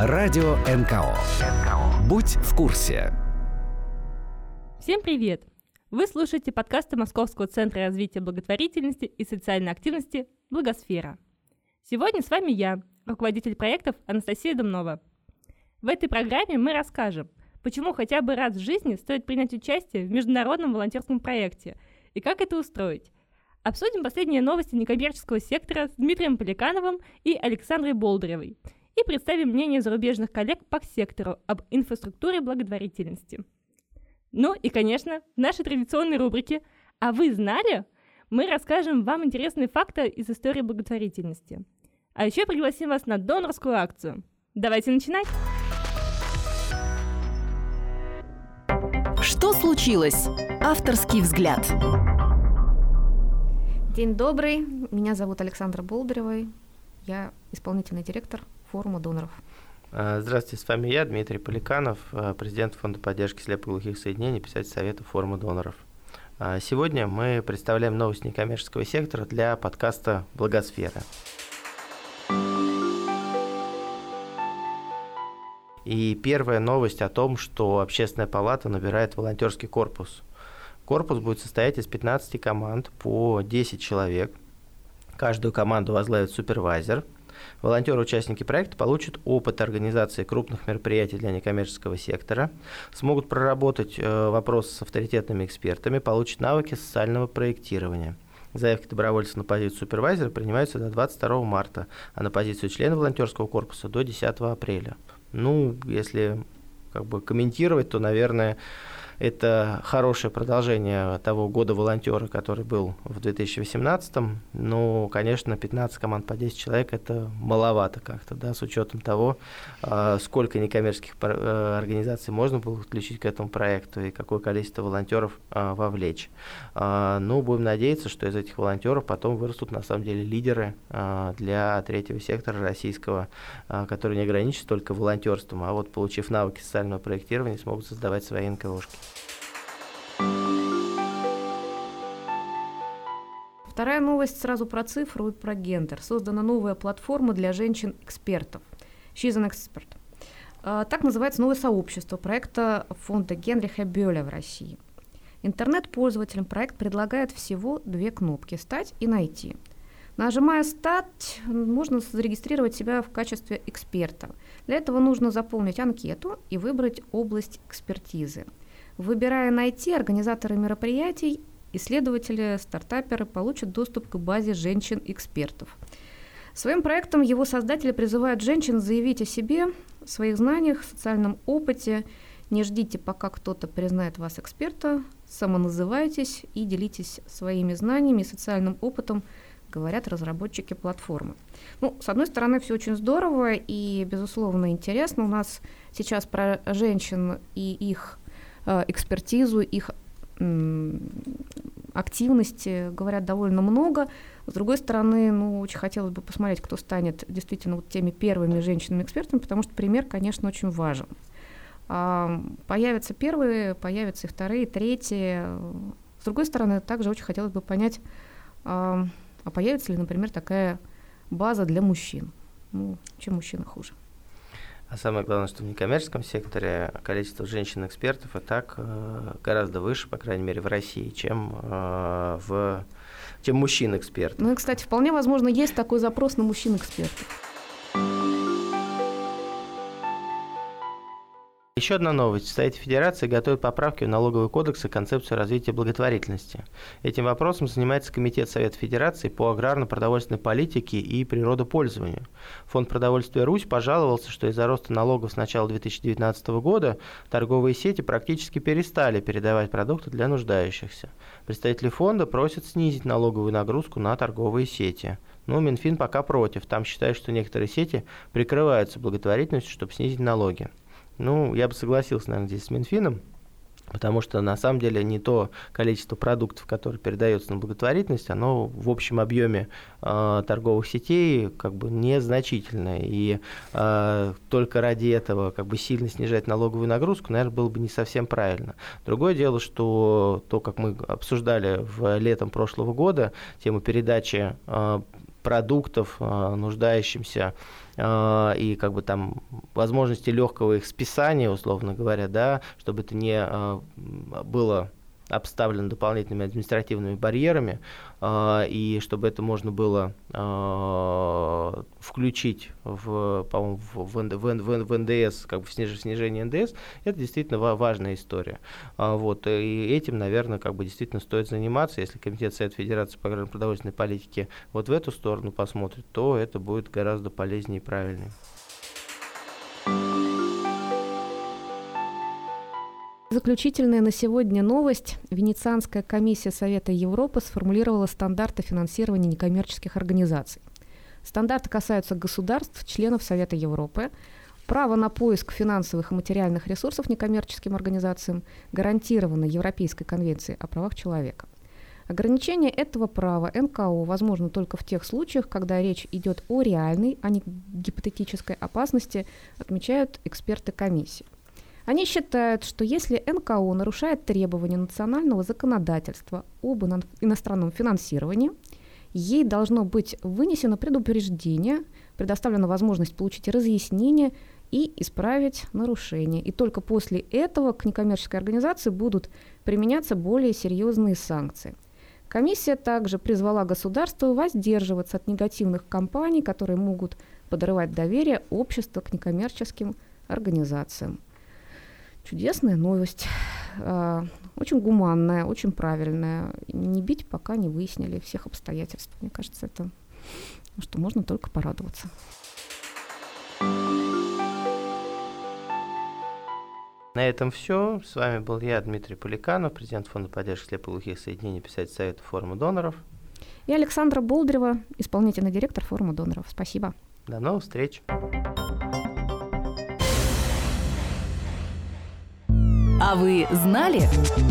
Радио НКО. Будь в курсе. Всем привет! Вы слушаете подкасты Московского центра развития благотворительности и социальной активности «Благосфера». Сегодня с вами я, руководитель проектов Анастасия Думнова. В этой программе мы расскажем, почему хотя бы раз в жизни стоит принять участие в международном волонтерском проекте и как это устроить. Обсудим последние новости некоммерческого сектора с Дмитрием Поликановым и Александрой Болдыревой и представим мнение зарубежных коллег по сектору об инфраструктуре благотворительности. Ну и, конечно, в нашей традиционной рубрике «А вы знали?» мы расскажем вам интересные факты из истории благотворительности. А еще пригласим вас на донорскую акцию. Давайте начинать! Что случилось? Авторский взгляд. День добрый, меня зовут Александра Болдырева, я исполнительный директор форума доноров. Здравствуйте, с вами я, Дмитрий Поликанов, президент Фонда поддержки слепоглухих соединений, писатель Совета форума доноров. Сегодня мы представляем новости некоммерческого сектора для подкаста «Благосфера». И первая новость о том, что Общественная палата набирает волонтерский корпус. Корпус будет состоять из 15 команд по 10 человек. Каждую команду возглавит супервайзер. Волонтеры-участники проекта получат опыт организации крупных мероприятий для некоммерческого сектора, смогут проработать вопросы с авторитетными экспертами, получат навыки социального проектирования. Заявки добровольцев на позицию супервайзера принимаются до 22 марта, а на позицию члена волонтерского корпуса до 10 апреля. Если комментировать, то, наверное, это хорошее продолжение того года волонтера, который был в 2018-м. Но, конечно, 15 команд по 10 человек – это маловато как-то, да, с учетом того, сколько некоммерческих организаций можно было подключить к этому проекту и какое количество волонтеров вовлечь. Будем надеяться, что из этих волонтеров потом вырастут, на самом деле, лидеры для третьего сектора российского, который не ограничится только волонтерством, а вот, получив навыки социального проектирования, смогут создавать свои НКОшки. Вторая новость сразу про цифру и про гендер. Создана новая платформа для женщин-экспертов. She's an expert. Так называется новое сообщество проекта фонда Генриха Бёля в России. Интернет-пользователям проект предлагает всего 2 кнопки «Стать» и «Найти». Нажимая «Стать», можно зарегистрировать себя в качестве эксперта. Для этого нужно заполнить анкету и выбрать область экспертизы. Выбирая «Найти», организаторы мероприятий, исследователи, стартаперы получат доступ к базе женщин-экспертов. Своим проектом его создатели призывают женщин заявить о себе, своих знаниях, социальном опыте. Не ждите, пока кто-то признает вас эксперта, самоназывайтесь и делитесь своими знаниями и социальным опытом, говорят разработчики платформы. С одной стороны, все очень здорово и, безусловно, интересно. У нас сейчас про женщин и их экспертизу, их активности говорят довольно много. С другой стороны, очень хотелось бы посмотреть, кто станет действительно теми первыми женщинами-экспертами, потому что пример, конечно, очень важен. Появятся первые, появятся и вторые, и третьи. С другой стороны, также очень хотелось бы понять, а появится ли, например, такая база для мужчин. Чем мужчина хуже? А самое главное, что в некоммерческом секторе количество женщин-экспертов и так гораздо выше, по крайней мере, в России, чем мужчин-экспертов. И, кстати, вполне возможно, есть такой запрос на мужчин-экспертов. Еще одна новость. В Совете Федерации готовят поправки в налоговый кодекс и концепцию развития благотворительности. Этим вопросом занимается Комитет Совета Федерации по аграрно-продовольственной политике и природопользованию. Фонд продовольствия «Русь» пожаловался, что из-за роста налогов с начала 2019 года торговые сети практически перестали передавать продукты для нуждающихся. Представители фонда просят снизить налоговую нагрузку на торговые сети. Но Минфин пока против. Там считают, что некоторые сети прикрываются благотворительностью, чтобы снизить налоги. Я бы согласился, наверное, здесь с Минфином, потому что на самом деле не то количество продуктов, которые передается на благотворительность, оно в общем объеме торговых сетей незначительное. И только ради этого сильно снижать налоговую нагрузку, наверное, было бы не совсем правильно. Другое дело, что то, как мы обсуждали летом прошлого года, тему передачи продуктов нуждающимся и как бы там возможности легкого их списания, условно говоря, да, чтобы это не было обставлен дополнительными административными барьерами, и чтобы это можно было включить по-моему, в НДС, как бы в снижение НДС, это действительно важная история. Вот, и этим, наверное, как бы действительно стоит заниматься. Если Комитет Совета Федерации по аграрно-продовольственной политике вот в эту сторону посмотрит, то это будет гораздо полезнее и правильнее. Заключительная на сегодня новость. Венецианская комиссия Совета Европы сформулировала стандарты финансирования некоммерческих организаций. Стандарты касаются государств, членов Совета Европы. Право на поиск финансовых и материальных ресурсов некоммерческим организациям гарантировано Европейской конвенцией о правах человека. Ограничение этого права НКО возможно только в тех случаях, когда речь идет о реальной, а не гипотетической опасности, отмечают эксперты комиссии. Они считают, что если НКО нарушает требования национального законодательства об иностранном финансировании, ей должно быть вынесено предупреждение, предоставлена возможность получить разъяснение и исправить нарушение. И только после этого к некоммерческой организации будут применяться более серьезные санкции. Комиссия также призвала государство воздерживаться от негативных кампаний, которые могут подрывать доверие общества к некоммерческим организациям. Чудесная новость, очень гуманная, очень правильная. Не бить, пока не выяснили всех обстоятельств. Мне кажется, это что можно только порадоваться. На этом все. С вами был я, Дмитрий Поликанов, президент Фонда поддержки слепоглухих соединений, писатель Совета форума доноров. И Александра Болдырева, исполнительный директор форума доноров. Спасибо. До новых встреч. А вы знали?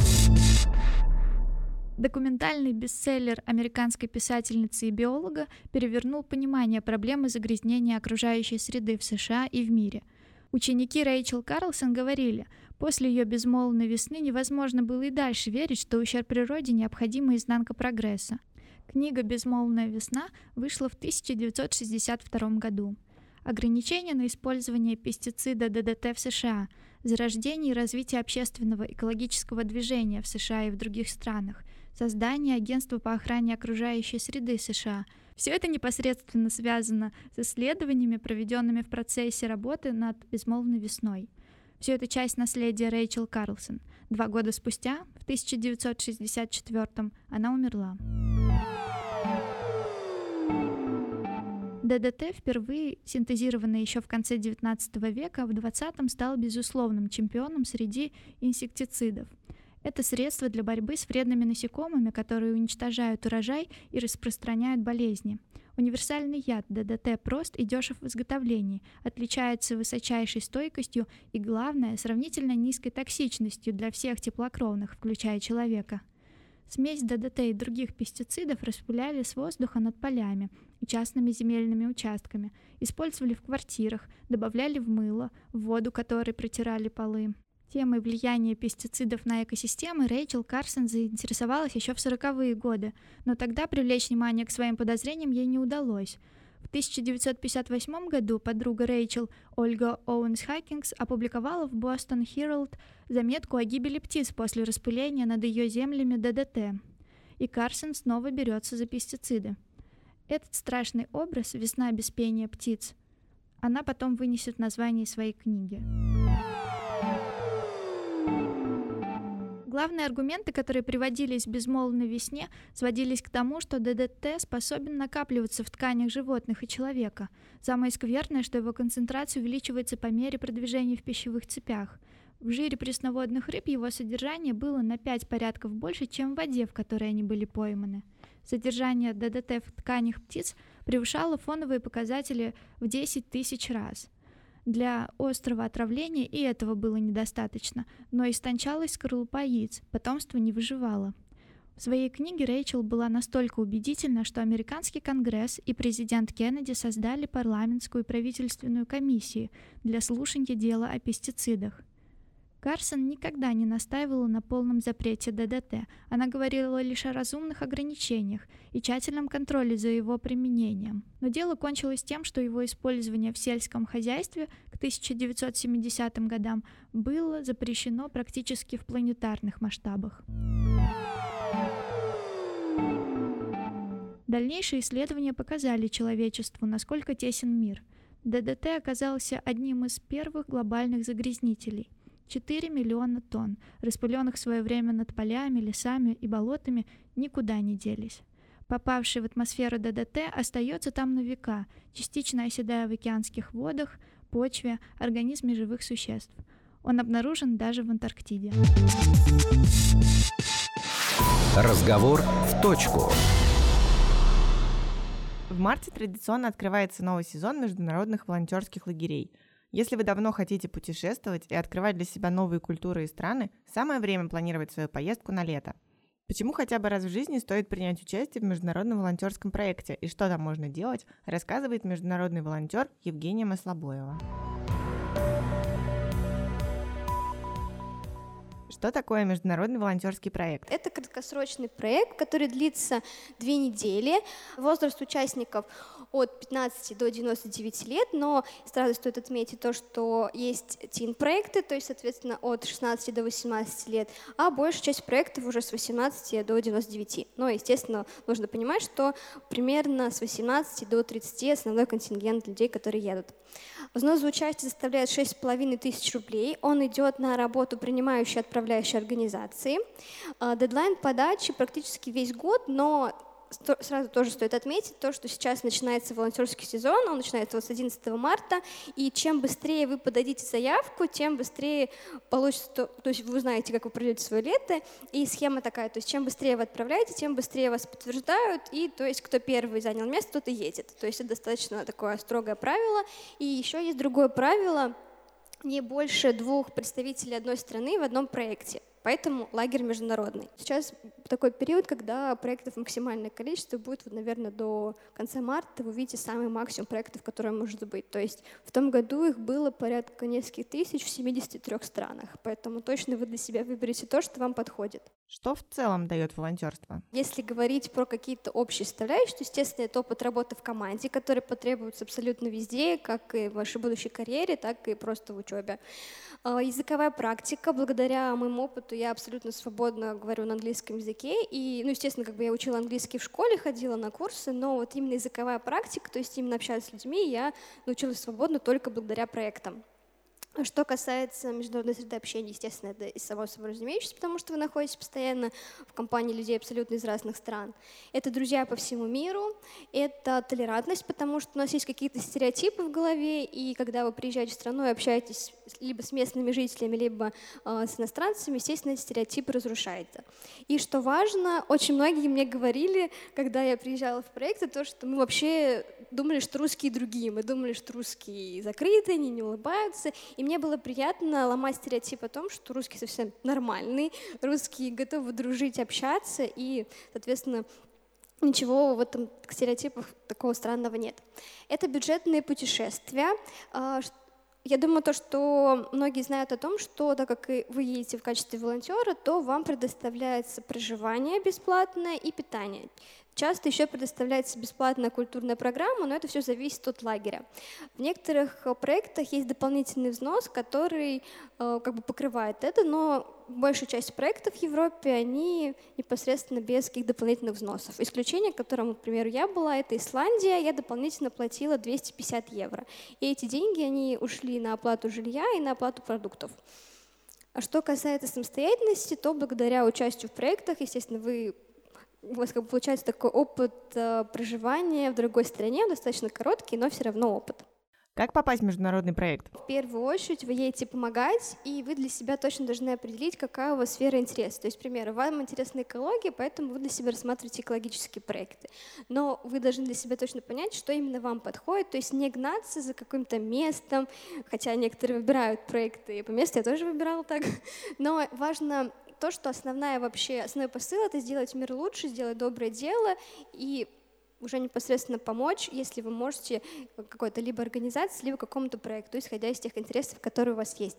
Документальный бестселлер американской писательницы и биолога перевернул понимание проблемы загрязнения окружающей среды в США и в мире. Ученики Рэйчел Карлсон говорили, после ее «Безмолвной весны» невозможно было и дальше верить, что ущерб природе необходима изнанка прогресса. Книга «Безмолвная весна» вышла в 1962 году. Ограничения на использование пестицида ДДТ в США, зарождение и развитие общественного экологического движения в США и в других странах, создание Агентства по охране окружающей среды США – все это непосредственно связано с исследованиями, проведенными в процессе работы над «Безмолвной весной». Все это часть наследия Рэйчел Карлсон. 2 года спустя, в 1964 она умерла. ДДТ, впервые синтезированный еще в конце XIX века, в XX стал безусловным чемпионом среди инсектицидов. Это средство для борьбы с вредными насекомыми, которые уничтожают урожай и распространяют болезни. Универсальный яд ДДТ прост и дешев в изготовлении, отличается высочайшей стойкостью и, главное, сравнительно низкой токсичностью для всех теплокровных, включая человека. Смесь ДДТ и других пестицидов распыляли с воздуха над полями и частными земельными участками, использовали в квартирах, добавляли в мыло, в воду, которой протирали полы. Темой влияния пестицидов на экосистемы Рэйчел Карлсон заинтересовалась еще в 40-е годы, но тогда привлечь внимание к своим подозрениям ей не удалось. В 1958 году подруга Рэйчел, Ольга Оуэнс-Хакингс, опубликовала в Boston Herald заметку о гибели птиц после распыления над ее землями ДДТ. И Карлсон снова берется за пестициды. Этот страшный образ «Весна без пения птиц» она потом вынесет в названии своей книги. Главные аргументы, которые приводились в «Безмолвной весне», сводились к тому, что ДДТ способен накапливаться в тканях животных и человека. Самое скверное, что его концентрация увеличивается по мере продвижения в пищевых цепях. В жире пресноводных рыб его содержание было на 5 порядков больше, чем в воде, в которой они были пойманы. Содержание ДДТ в тканях птиц превышало фоновые показатели в 10 тысяч раз. Для острого отравления и этого было недостаточно, но истончалась скорлупа яиц, потомство не выживало. В своей книге Рэйчел была настолько убедительна, что американский Конгресс и президент Кеннеди создали парламентскую и правительственную комиссии для слушания дела о пестицидах. Карсон никогда не настаивала на полном запрете ДДТ. Она говорила лишь о разумных ограничениях и тщательном контроле за его применением. Но дело кончилось тем, что его использование в сельском хозяйстве к 1970 годам было запрещено практически в планетарных масштабах. Дальнейшие исследования показали человечеству, насколько тесен мир. ДДТ оказался одним из первых глобальных загрязнителей. 4 миллиона тонн, распыленных в свое время над полями, лесами и болотами, никуда не делись. Попавший в атмосферу ДДТ остается там на века, частично оседая в океанских водах, почве, организме живых существ. Он обнаружен даже в Антарктиде. Разговор в точку. В марте традиционно открывается новый сезон международных волонтерских лагерей. Если вы давно хотите путешествовать и открывать для себя новые культуры и страны, самое время планировать свою поездку на лето. Почему хотя бы раз в жизни стоит принять участие в международном волонтерском проекте и что там можно делать, рассказывает международный волонтер Евгения Маслобоева. Что такое международный волонтерский проект? Это краткосрочный проект, который длится 2 недели. Возраст участников от 15 до 99 лет, но сразу стоит отметить то, что есть тин-проекты, то есть, соответственно, от 16 до 18 лет, а большая часть проектов уже с 18 до 99. Но, естественно, нужно понимать, что примерно с 18 до 30 основной контингент людей, которые едут. Взнос за участие составляет 6500 рублей. Он идет на работу принимающей и отправляющей организации. Дедлайн подачи практически весь год, но сразу тоже стоит отметить то, что сейчас начинается волонтерский сезон, он начинается с 11 марта, и чем быстрее вы подадите заявку, тем быстрее получится, то есть вы узнаете, как вы проведете свое лето, и схема такая, то есть чем быстрее вы отправляете, тем быстрее вас подтверждают, и то есть кто первый занял место, тот и едет. То есть это достаточно такое строгое правило. И еще есть другое правило: не больше 2 представителей одной страны в одном проекте. Поэтому лагерь международный. Сейчас такой период, когда проектов максимальное количество будет, наверное, до конца марта вы увидите самый максимум проектов, которые может быть. То есть в том году их было порядка нескольких тысяч в 73 странах. Поэтому точно вы для себя выберете то, что вам подходит. Что в целом дает волонтерство? Если говорить про какие-то общие составляющие, то, естественно, это опыт работы в команде, который потребуется абсолютно везде, как и в вашей будущей карьере, так и просто в учебе. Языковая практика. Благодаря моему опыту я абсолютно свободно говорю на английском языке. И, естественно, я учила английский в школе, ходила на курсы, но вот именно языковая практика, то есть именно общаться с людьми, я научилась свободно только благодаря проектам. Что касается международной среды общения, естественно, это и само собой разумеющееся, потому что вы находитесь постоянно в компании людей абсолютно из разных стран. Это друзья по всему миру, это толерантность, потому что у нас есть какие-то стереотипы в голове, и когда вы приезжаете в страну и общаетесь либо с местными жителями, либо с иностранцами, естественно, эти стереотипы разрушаете. И что важно, очень многие мне говорили, когда я приезжала в проекты, то, что мы вообще думали, что русские другие, мы думали, что русские закрыты, они не улыбаются. И мне было приятно ломать стереотип о том, что русские совсем нормальные, русские готовы дружить, общаться, и, соответственно, ничего в этом стереотипах такого странного нет. Это бюджетные путешествия. Я думаю, что многие знают о том, что так как вы едете в качестве волонтера, то вам предоставляется проживание бесплатное и питание. Часто еще предоставляется бесплатная культурная программа, но это все зависит от лагеря. В некоторых проектах есть дополнительный взнос, который покрывает это, но большая часть проектов в Европе, они непосредственно без каких дополнительных взносов. Исключение, которым, к примеру, я была, это Исландия, я дополнительно платила 250 евро. И эти деньги, они ушли на оплату жилья и на оплату продуктов. А что касается самостоятельности, то благодаря участию в проектах, естественно, у вас получается такой опыт проживания в другой стране, достаточно короткий, но все равно опыт. Как попасть в международный проект? В первую очередь вы едете помогать, и вы для себя точно должны определить, какая у вас сфера интереса. То есть, к примеру, вам интересна экология, поэтому вы для себя рассматриваете экологические проекты. Но вы должны для себя точно понять, что именно вам подходит, то есть не гнаться за каким-то местом, хотя некоторые выбирают проекты и по месту, я тоже выбирала так, но важно то, что основной посыл — это сделать мир лучше, сделать доброе дело и уже непосредственно помочь, если вы можете какой-то либо организации, либо какому-то проекту, исходя из тех интересов, которые у вас есть.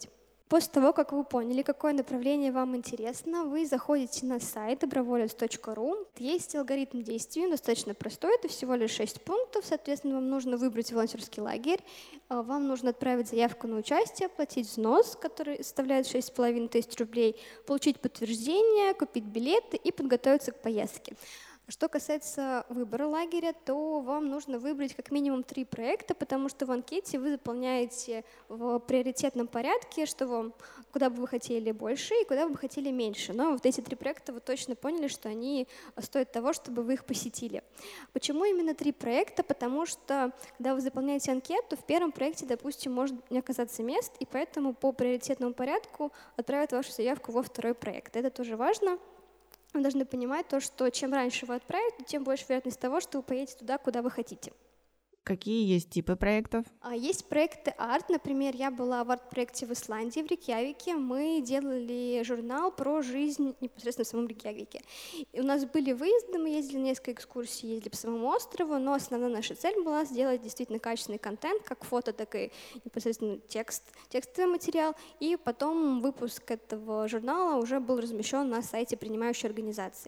После того, как вы поняли, какое направление вам интересно, вы заходите на сайт доброволец.ру. Есть алгоритм действий, он достаточно простой, это всего лишь 6 пунктов. Соответственно, вам нужно выбрать волонтерский лагерь, вам нужно отправить заявку на участие, оплатить взнос, который составляет 6500 рублей, получить подтверждение, купить билеты и подготовиться к поездке. Что касается выбора лагеря, то вам нужно выбрать как минимум 3 проекта, потому что в анкете вы заполняете в приоритетном порядке, куда бы вы хотели больше и куда бы вы хотели меньше. Но вот эти 3 проекта вы точно поняли, что они стоят того, чтобы вы их посетили. Почему именно 3 проекта? Потому что, когда вы заполняете анкету, в первом проекте, допустим, может не оказаться мест, и поэтому по приоритетному порядку отправят вашу заявку во 2-й проект. Это тоже важно. Вы должны понимать то, что чем раньше вы отправите, тем больше вероятность того, что вы поедете туда, куда вы хотите. Какие есть типы проектов? Есть проекты арт. Например, я была в арт-проекте в Исландии, в Рейкьявике. Мы делали журнал про жизнь непосредственно в самом Рейкьявике. И у нас были выезды, мы ездили на несколько экскурсий, ездили по самому острову, но основная наша цель была сделать действительно качественный контент, как фото, так и непосредственно текстовый материал. И потом выпуск этого журнала уже был размещен на сайте принимающей организации.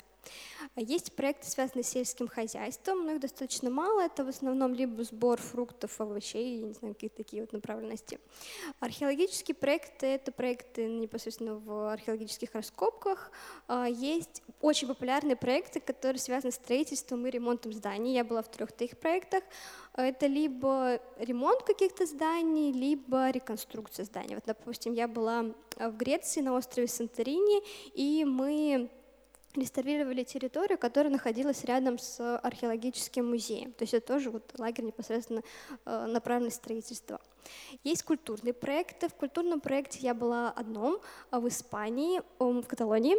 Есть проекты, связанные с сельским хозяйством, но их достаточно мало. Это в основном либо сбор фруктов, овощей, я не знаю, какие-то такие вот направленности. Археологические проекты — это проекты непосредственно в археологических раскопках. Есть очень популярные проекты, которые связаны с строительством и ремонтом зданий. Я была в 3 таких проектах. Это либо ремонт каких-то зданий, либо реконструкция зданий. Вот, допустим, я была в Греции на острове Санторини, и мы реставрировали территорию, которая находилась рядом с археологическим музеем. То есть это тоже вот лагерь непосредственно направленный на строительство. Есть культурные проекты. В культурном проекте я была одном в Испании, в Каталонии.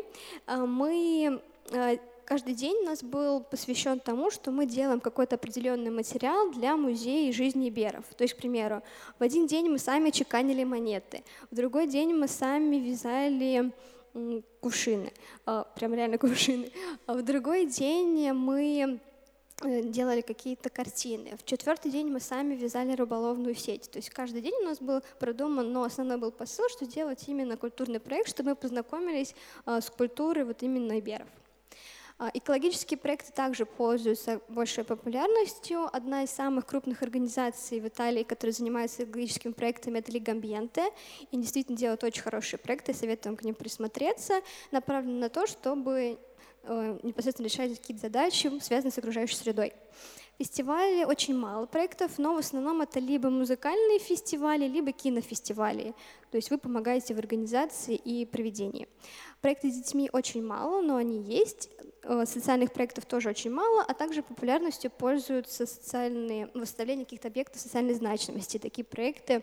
Каждый день у нас был посвящен тому, что мы делаем какой-то определенный материал для музея жизни иберов. То есть, к примеру, в один день мы сами чеканили монеты, в другой день мы сами вязали кувшины, прям реально кувшины. А в другой день мы делали какие-то картины. В 4-й день мы сами вязали рыболовную сеть. То есть каждый день у нас был продуман, но основной был посыл, что делать именно культурный проект, чтобы мы познакомились с культурой вот именно иберов. Экологические проекты также пользуются большой популярностью. Одна из самых крупных организаций в Италии, которая занимается экологическими проектами, это Лига Амбиенте. И действительно делают очень хорошие проекты, советуем к ним присмотреться, направленные на то, чтобы непосредственно решать какие-то задачи, связанные с окружающей средой. Фестивали очень мало проектов, но в основном это либо музыкальные фестивали, либо кинофестивали. То есть вы помогаете в организации и проведении. Проекты с детьми очень мало, но они есть. Социальных проектов тоже очень мало, а также популярностью пользуются выставления каких-то объектов социальной значимости. Такие проекты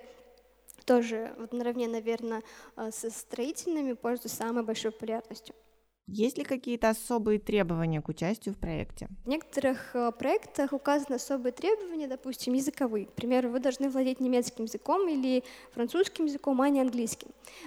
тоже вот наравне, наверное, со строительными пользуются самой большой популярностью. Есть ли какие-то особые требования к участию в проекте? В некоторых проектах указаны особые требования, допустим, языковые. К примеру, вы должны владеть немецким языком или французским языком, а не английским.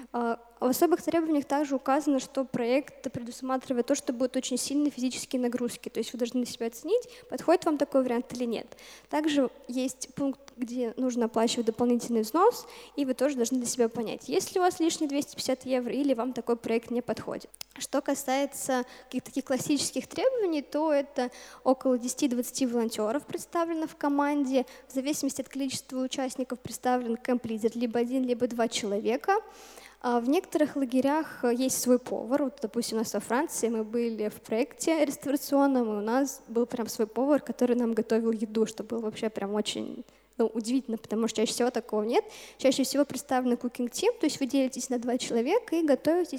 В особых требованиях также указано, что проект предусматривает то, что будут очень сильные физические нагрузки. То есть вы должны себя оценить, подходит вам такой вариант или нет. Также есть пункт, где нужно оплачивать дополнительный взнос, и вы тоже должны для себя понять, есть ли у вас лишние 250 евро или вам такой проект не подходит. Что касается каких-то таких классических требований, то это около 10-20 волонтеров представлено в команде. В зависимости от количества участников представлен кэмп-лидер, либо 1, либо 2 человека. В некоторых лагерях есть свой повар. Вот, допустим, у нас во Франции мы были в проекте реставрационном, и у нас был прям свой повар, который нам готовил еду, что было вообще прям очень удивительно, потому что чаще всего такого нет. Чаще всего представлен cooking team, то есть вы делитесь на 2 человека и готовите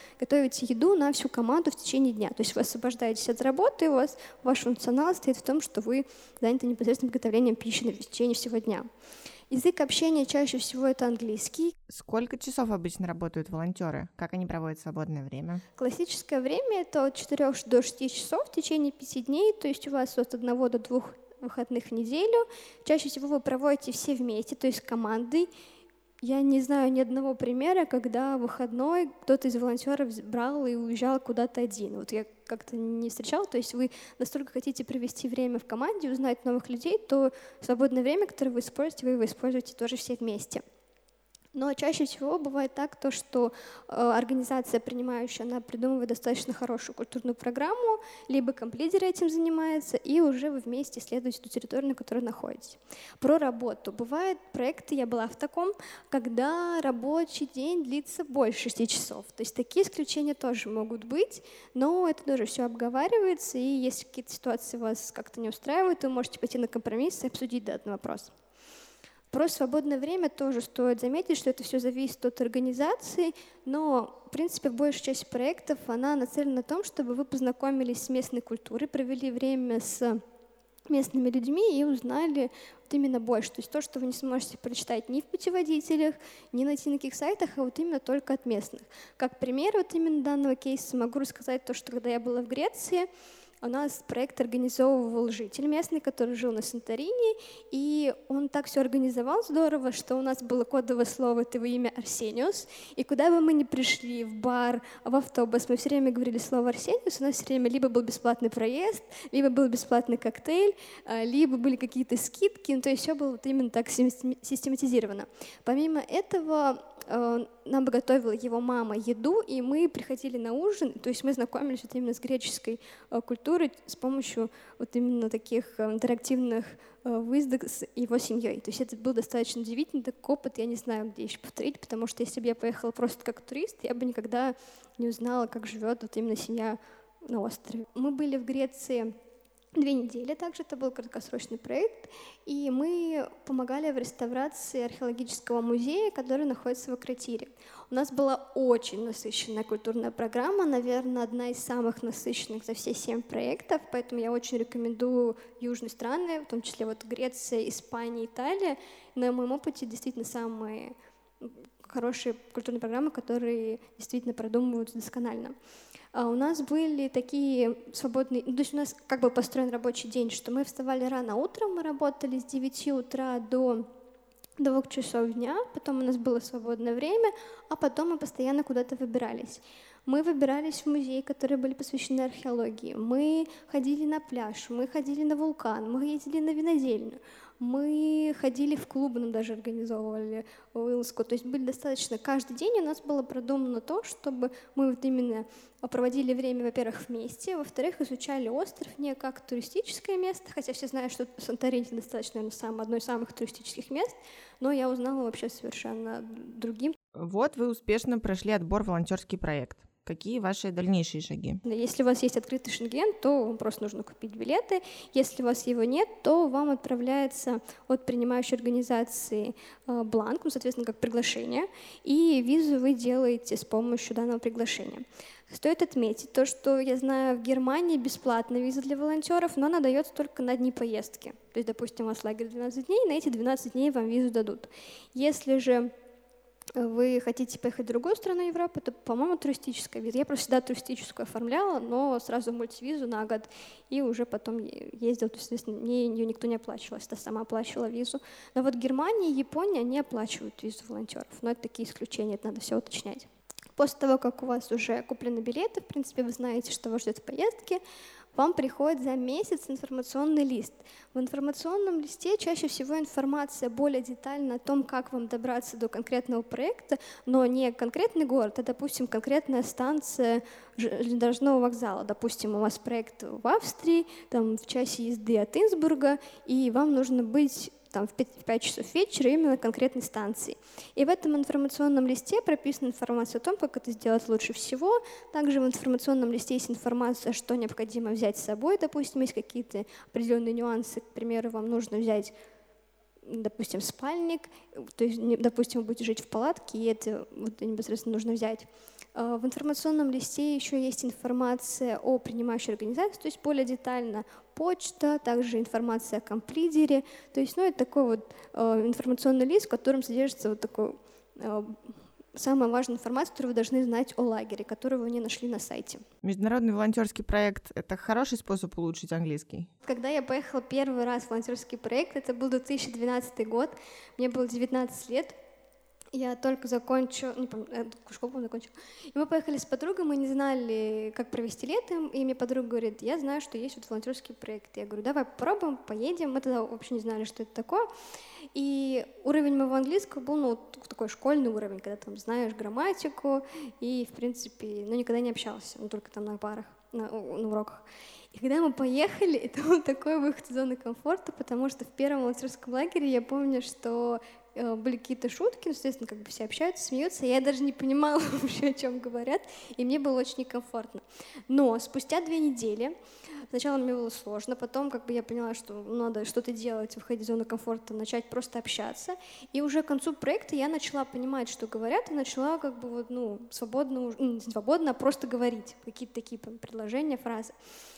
еду на всю команду в течение дня. То есть вы освобождаетесь от работы, и ваш функционал состоит в том, что вы заняты непосредственно приготовлением пищи в течение всего дня. Язык общения чаще всего это английский. Сколько часов обычно работают волонтеры? Как они проводят свободное время? Классическое время это от 4 до 6 часов в течение 5 дней, то есть у вас от 1 до 2 выходных в неделю. Чаще всего вы проводите все вместе, то есть командой. Я не знаю ни одного примера, когда выходной кто-то из волонтеров брал и уезжал куда-то один. Вот я как-то не встречала. То есть вы настолько хотите провести время в команде, узнать новых людей, то свободное время, которое вы используете, вы его используете тоже все вместе. Но чаще всего бывает так, что организация, принимающая, она придумывает достаточно хорошую культурную программу, либо комплидер этим занимается, и уже вы вместе исследуете ту территорию, на которой находитесь. Про работу. Бывают проекты, я была в таком, когда рабочий день длится больше 6 часов. То есть такие исключения тоже могут быть, но это тоже все обговаривается, и если какие-то ситуации вас как-то не устраивают, вы можете пойти на компромисс и обсудить данный вопрос. Про свободное время тоже стоит заметить, что это все зависит от организации, но, в принципе, большая часть проектов, она нацелена на том, чтобы вы познакомились с местной культурой, провели время с местными людьми и узнали вот именно больше. То есть то, что вы не сможете прочитать ни в путеводителях, ни найти на каких сайтах, а вот именно только от местных. Как пример вот именно данного кейса могу рассказать то, что когда я была в Греции, у нас проект организовывал житель местный, который жил на Санторини, и он так все организовал здорово, что у нас было кодовое слово, это его имя Арсениус, и куда бы мы ни пришли, в бар, в автобус, мы все время говорили слово Арсениус, у нас все время либо был бесплатный проезд, либо был бесплатный коктейль, либо были какие-то скидки, то есть все было вот именно так систематизировано. Помимо этого, нам бы готовила его мама еду, и мы приходили на ужин, то есть мы знакомились вот именно с греческой культурой с помощью вот именно таких интерактивных выездов с его семьей. То есть это был достаточно удивительный такой опыт, я не знаю, где еще повторить, потому что если бы я поехала просто как турист, я бы никогда не узнала, как живет вот именно семья на острове. Мы были в Греции 2 недели, также это был краткосрочный проект, и мы помогали в реставрации археологического музея, который находится в Акротире. У нас была очень насыщенная культурная программа, наверное, одна из самых насыщенных за все 7 проектов, поэтому я очень рекомендую южные страны, в том числе вот Греция, Испания, Италия. На моем опыте действительно самые хорошие культурные программы, которые действительно продумываются досконально. У нас были такие свободные, то есть у нас как бы построен рабочий день, что мы вставали рано утром, мы работали с 9 утра до 2 часов дня, потом у нас было свободное время, а потом мы постоянно куда-то выбирались. Мы выбирались в музеи, которые были посвящены археологии, мы ходили на пляж, мы ходили на вулкан, мы ездили на винодельню, мы ходили в клубы, нам даже организовывали вылазку. То есть были достаточно... Каждый день у нас было продумано то, чтобы мы вот именно проводили время, во-первых, вместе, во-вторых, изучали остров не как туристическое место, хотя все знают, что Санторини достаточно, наверное, одно из самых туристических мест, но я узнала вообще совершенно другим. Вот вы успешно прошли отбор в волонтерский проект. Какие ваши дальнейшие шаги? Если у вас есть открытый Шенген, то вам просто нужно купить билеты. Если у вас его нет, то вам отправляется от принимающей организации бланк, соответственно, как приглашение, и визу вы делаете с помощью данного приглашения. Стоит отметить то, что я знаю, в Германии бесплатная виза для волонтеров, но она дается только на дни поездки. То есть, допустим, у вас лагерь 12 дней, на эти 12 дней вам визу дадут. Если же вы хотите поехать в другую страну Европы, то, по-моему, туристическая виза. Я просто всегда туристическую оформляла, но сразу мультивизу на год, и уже потом ездила, то есть, соответственно, мне ее никто не оплачивал, я сама оплачивала визу. Но вот Германия и Япония не оплачивают визу волонтеров, но это такие исключения, это надо все уточнять. После того, как у вас уже куплены билеты, в принципе, вы знаете, что вас ждет в поездке, вам приходит за месяц информационный лист. В информационном листе чаще всего информация более детальна о том, как вам добраться до конкретного проекта, но не конкретный город, а, допустим, конкретная станция железнодорожного вокзала. Допустим, у вас проект в Австрии, там, в часе езды от Инсбрука, и вам нужно быть там, в 5 часов вечера именно на конкретной станции. И в этом информационном листе прописана информация о том, как это сделать лучше всего. Также в информационном листе есть информация, что необходимо взять с собой. Допустим, есть какие-то определенные нюансы. К примеру, вам нужно взять, допустим, спальник, то есть, допустим, вы будете жить в палатке, и это вот непосредственно нужно взять. В информационном листе еще есть информация о принимающей организации, то есть более детально почта, также информация о комплидере. То есть, это такой вот информационный лист, в котором содержится вот такой самая важная информация, которую вы должны знать о лагере, которую вы не нашли на сайте. Международный волонтерский проект — это хороший способ улучшить английский? Когда я поехала первый раз в волонтерский проект, это был 2012 год, мне было 19 лет, Я только закончила, не помню, школу, по-моему, закончила. И мы поехали с подругой, мы не знали, как провести лето, и мне подруга говорит, я знаю, что есть вот волонтерский проект. Я говорю, давай попробуем, поедем. Мы тогда вообще не знали, что это такое. И уровень моего английского был, такой школьный уровень, когда там знаешь грамматику, и, в принципе, никогда не общался, только там на парах, на уроках. И когда мы поехали, это был такой выход из зоны комфорта, потому что в первом волонтерском лагере я помню, что были какие-то шутки, естественно, как бы все общаются, смеются, я даже не понимала вообще, о чем говорят, и мне было очень некомфортно. Но спустя 2 недели, сначала мне было сложно, потом как бы я поняла, что надо что-то делать, выходить из зоны комфорта, начать просто общаться, и уже к концу проекта я начала понимать, что говорят, и начала как бы свободно, не свободно, а просто говорить какие-то такие предложения, фразы.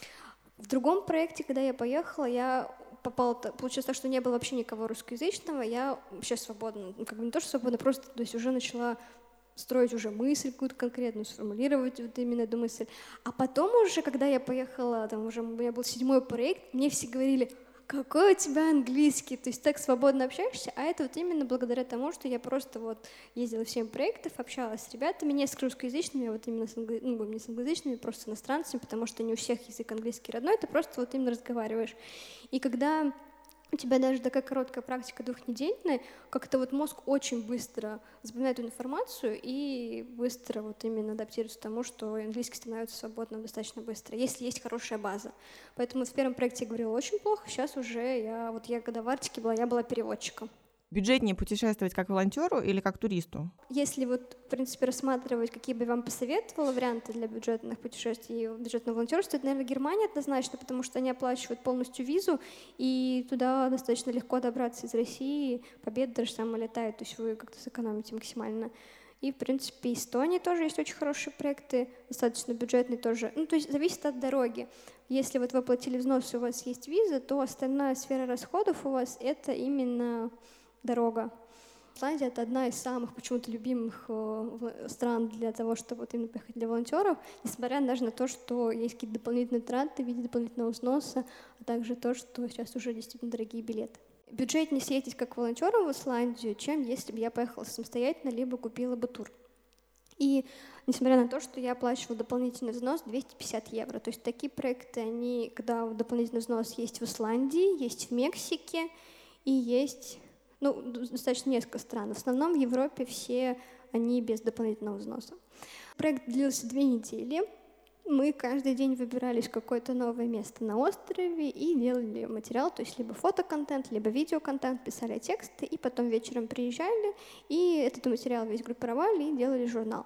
В другом проекте, когда я поехала, я попала, получилось так, что не было вообще никого русскоязычного, я вообще свободно, как бы не то, что свободно, просто то есть уже начала строить уже мысль какую-то конкретную, сформулировать вот именно эту мысль. А потом уже, когда я поехала, там уже у меня был 7-й проект, мне все говорили, какой у тебя английский, то есть так свободно общаешься, а это вот именно благодаря тому, что я просто вот ездила в 7 проектов, общалась с ребятами, не с русскоязычными, а вот именно не с англоязычными, просто с иностранцами, потому что не у всех язык английский родной, ты просто вот именно разговариваешь. И когда у тебя даже такая короткая практика 2-недельная, как-то вот мозг очень быстро запоминает эту информацию и быстро вот именно адаптируется к тому, что английский становится свободным достаточно быстро, если есть хорошая база. Поэтому в первом проекте я говорила очень плохо, сейчас уже я когда в Арктике была, я была переводчиком. Бюджетнее путешествовать как волонтеру или как туристу? Если вот, в принципе, рассматривать, какие бы я вам посоветовала варианты для бюджетных путешествий и бюджетного волонтерства, это, наверное, Германия однозначно, потому что они оплачивают полностью визу, и туда достаточно легко добраться из России, Победа даже сама летает, то есть вы как-то сэкономите максимально. И, в принципе, Эстония тоже есть очень хорошие проекты, достаточно бюджетные тоже. То есть зависит от дороги. Если вот вы оплатили взнос, и у вас есть виза, то остальная сфера расходов у вас — это именно дорога. Исландия — это одна из самых почему-то любимых стран для того, чтобы вот именно поехать для волонтеров, несмотря даже на то, что есть какие-то дополнительные траты в виде дополнительного взноса, а также то, что сейчас уже действительно дорогие билеты. Бюджетнее съездить как волонтером в Исландию, чем если бы я поехала самостоятельно, либо купила бы тур. И несмотря на то, что я оплачивала дополнительный взнос 250 евро, то есть такие проекты, они, когда дополнительный взнос есть в Исландии, есть в Мексике и есть... достаточно несколько стран. В основном в Европе все они без дополнительного взноса. Проект длился 2 недели. Мы каждый день выбирались в какое-то новое место на острове и делали материал, то есть либо фотоконтент, либо видеоконтент, писали тексты, и потом вечером приезжали, и этот материал весь группировали и делали журнал.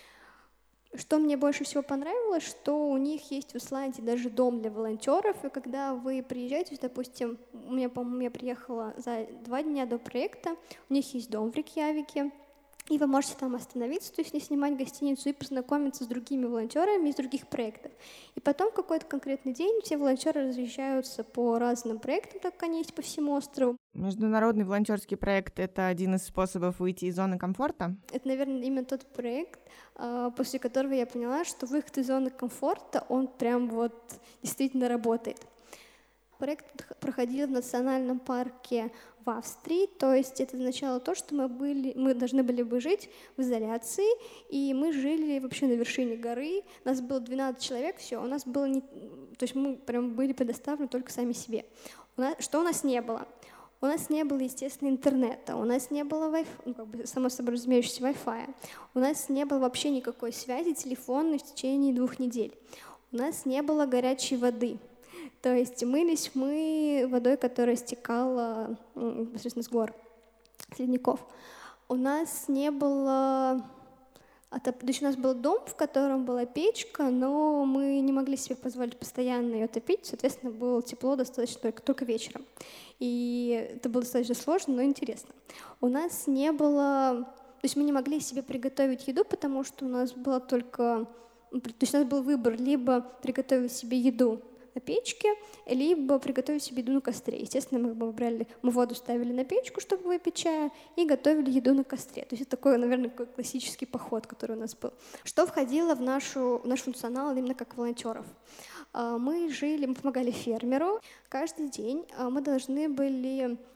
Что мне больше всего понравилось, что у них есть в Исландии даже дом для волонтеров, и когда вы приезжаете, допустим, я приехала за 2 дня до проекта, у них есть дом в Рейкьявике, и вы можете там остановиться, то есть не снимать гостиницу, и познакомиться с другими волонтерами из других проектов. И потом в какой-то конкретный день все волонтеры разъезжаются по разным проектам, так как они есть по всему острову. Международный волонтерский проект — это один из способов выйти из зоны комфорта? Это, наверное, именно тот проект, после которого я поняла, что выход из зоны комфорта, он прям вот действительно работает. Проект проходил в национальном парке в Австрии, то есть это означало то, что мы должны были бы жить в изоляции, и мы жили вообще на вершине горы, нас было 12 человек, все, у нас было то есть мы прям были предоставлены только сами себе. Что у нас не было? У нас не было, естественно, интернета, у нас не было само собой разумеющегося Wi-Fi, у нас не было вообще никакой связи телефонной в течение 2 недель, у нас не было горячей воды. То есть мылись мы водой, которая стекала непосредственно с гор, с ледников. У нас не было... То есть у нас был дом, в котором была печка, но мы не могли себе позволить постоянно ее топить, соответственно, было тепло достаточно только вечером. И это было достаточно сложно, но интересно. У нас не было... То есть мы не могли себе приготовить еду, потому что у нас было только... То есть у нас был выбор либо приготовить себе еду на печке, либо приготовить себе еду на костре. Естественно, мы воду ставили на печку, чтобы выпить чая, и готовили еду на костре. То есть это такой, наверное, классический поход, который у нас был. Что входило в наш функционал именно как волонтеров? Мы помогали фермеру. Каждый день мы должны были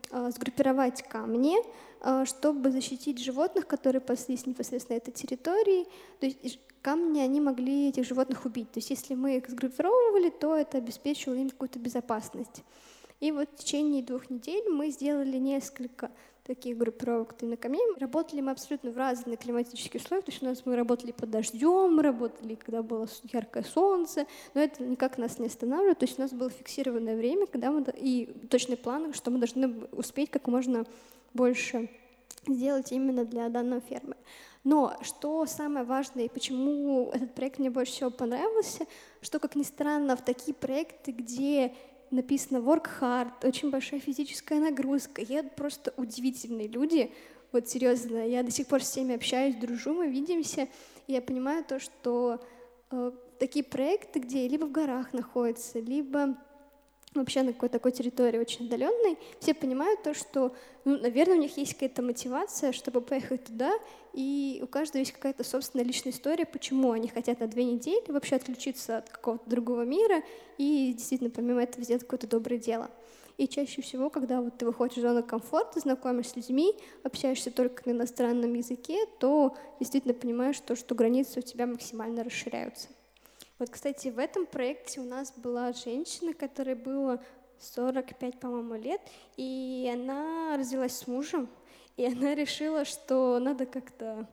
сгруппировать камни, чтобы защитить животных, которые паслись непосредственно на этой территории. То есть камни, они могли этих животных убить. То есть если мы их сгруппировывали, то это обеспечивало им какую-то безопасность. И вот в течение 2 недель мы сделали несколько таких группировок на камней. Работали мы абсолютно в разные климатические условия. То есть мы работали под дождем, мы работали, когда было яркое солнце, но это никак нас не останавливает. То есть у нас было фиксированное время, когда и точный план, что мы должны успеть как можно больше сделать именно для данной фермы. Но что самое важное и почему этот проект мне больше всего понравился, что, как ни странно, в такие проекты, где написано work hard, очень большая физическая нагрузка, едут просто удивительные люди, вот серьезно, я до сих пор с всеми общаюсь, дружу, мы видимся, и я понимаю то, что такие проекты, где либо в горах находятся, либо вообще на какой-то такой территории очень отдаленной, все понимают то, что, наверное, у них есть какая-то мотивация, чтобы поехать туда, и у каждого есть какая-то собственная личная история, почему они хотят на 2 недели вообще отключиться от какого-то другого мира и действительно помимо этого сделать какое-то доброе дело. И чаще всего, когда вот ты выходишь из зоны комфорта, знакомишься с людьми, общаешься только на иностранном языке, то действительно понимаешь то, что границы у тебя максимально расширяются. Вот, кстати, в этом проекте у нас была женщина, которой было 45, по-моему, лет, и она развелась с мужем, и она решила, что надо как-то,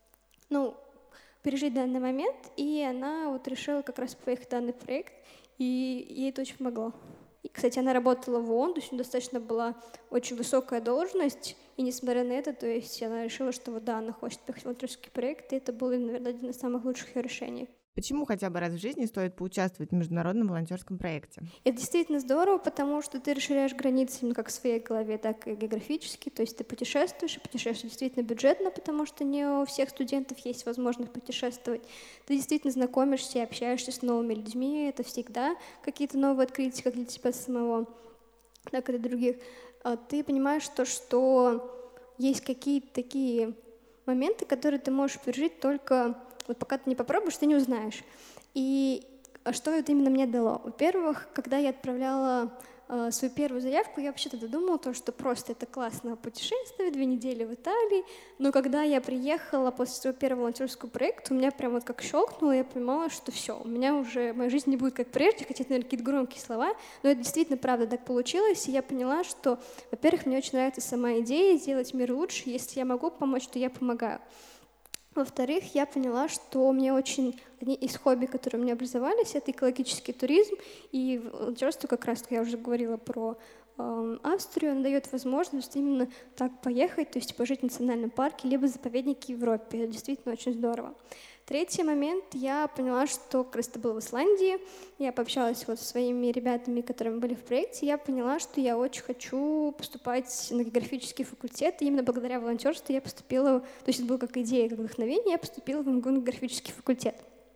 пережить данный момент, и она вот решила как раз поехать в данный проект, и ей это очень помогло. И, кстати, она работала в ООН, то есть у нее достаточно была очень высокая должность, и несмотря на это, то есть она решила, что вот да, она хочет поехать в волонтерский проект, и это было, наверное, один из самых лучших ее решений. Почему хотя бы раз в жизни стоит поучаствовать в международном волонтерском проекте? Это действительно здорово, потому что ты расширяешь границы именно как в своей голове, так и географически. То есть ты путешествуешь, и путешествуешь действительно бюджетно, потому что не у всех студентов есть возможность путешествовать. Ты действительно знакомишься и общаешься с новыми людьми. Это всегда какие-то новые открытия, как для тебя самого, так и для других. Ты понимаешь то, что есть какие-то такие моменты, которые ты можешь пережить только... Вот пока ты не попробуешь, ты не узнаешь. И что это именно мне дало? Во-первых, когда я отправляла свою первую заявку, я вообще тогда думала, что просто это классно путешествие, 2 недели в Италии. Но когда я приехала после своего первого волонтерского проекта, у меня прям вот как щелкнуло, я понимала, что все, у меня уже моя жизнь не будет как прежде, хотя это, наверное, какие-то громкие слова, но это действительно правда так получилось, и я поняла, что, во-первых, мне очень нравится сама идея сделать мир лучше, если я могу помочь, то я помогаю. Во-вторых, я поняла, что мне одни из хобби, которые у меня образовались, это экологический туризм, и волонтерство, как раз я уже говорила про Австрию, она дает возможность именно так поехать, то есть пожить в национальном парке, либо заповеднике в Европе. Это действительно очень здорово. Третий момент, я поняла, что как раз это было в Исландии, я пообщалась вот со своими ребятами, которые были в проекте, я поняла, что я очень хочу поступать на географический факультет, и именно благодаря волонтерству я поступила, то есть это была как идея, как вдохновение, я поступила в МГУ на географический факультет.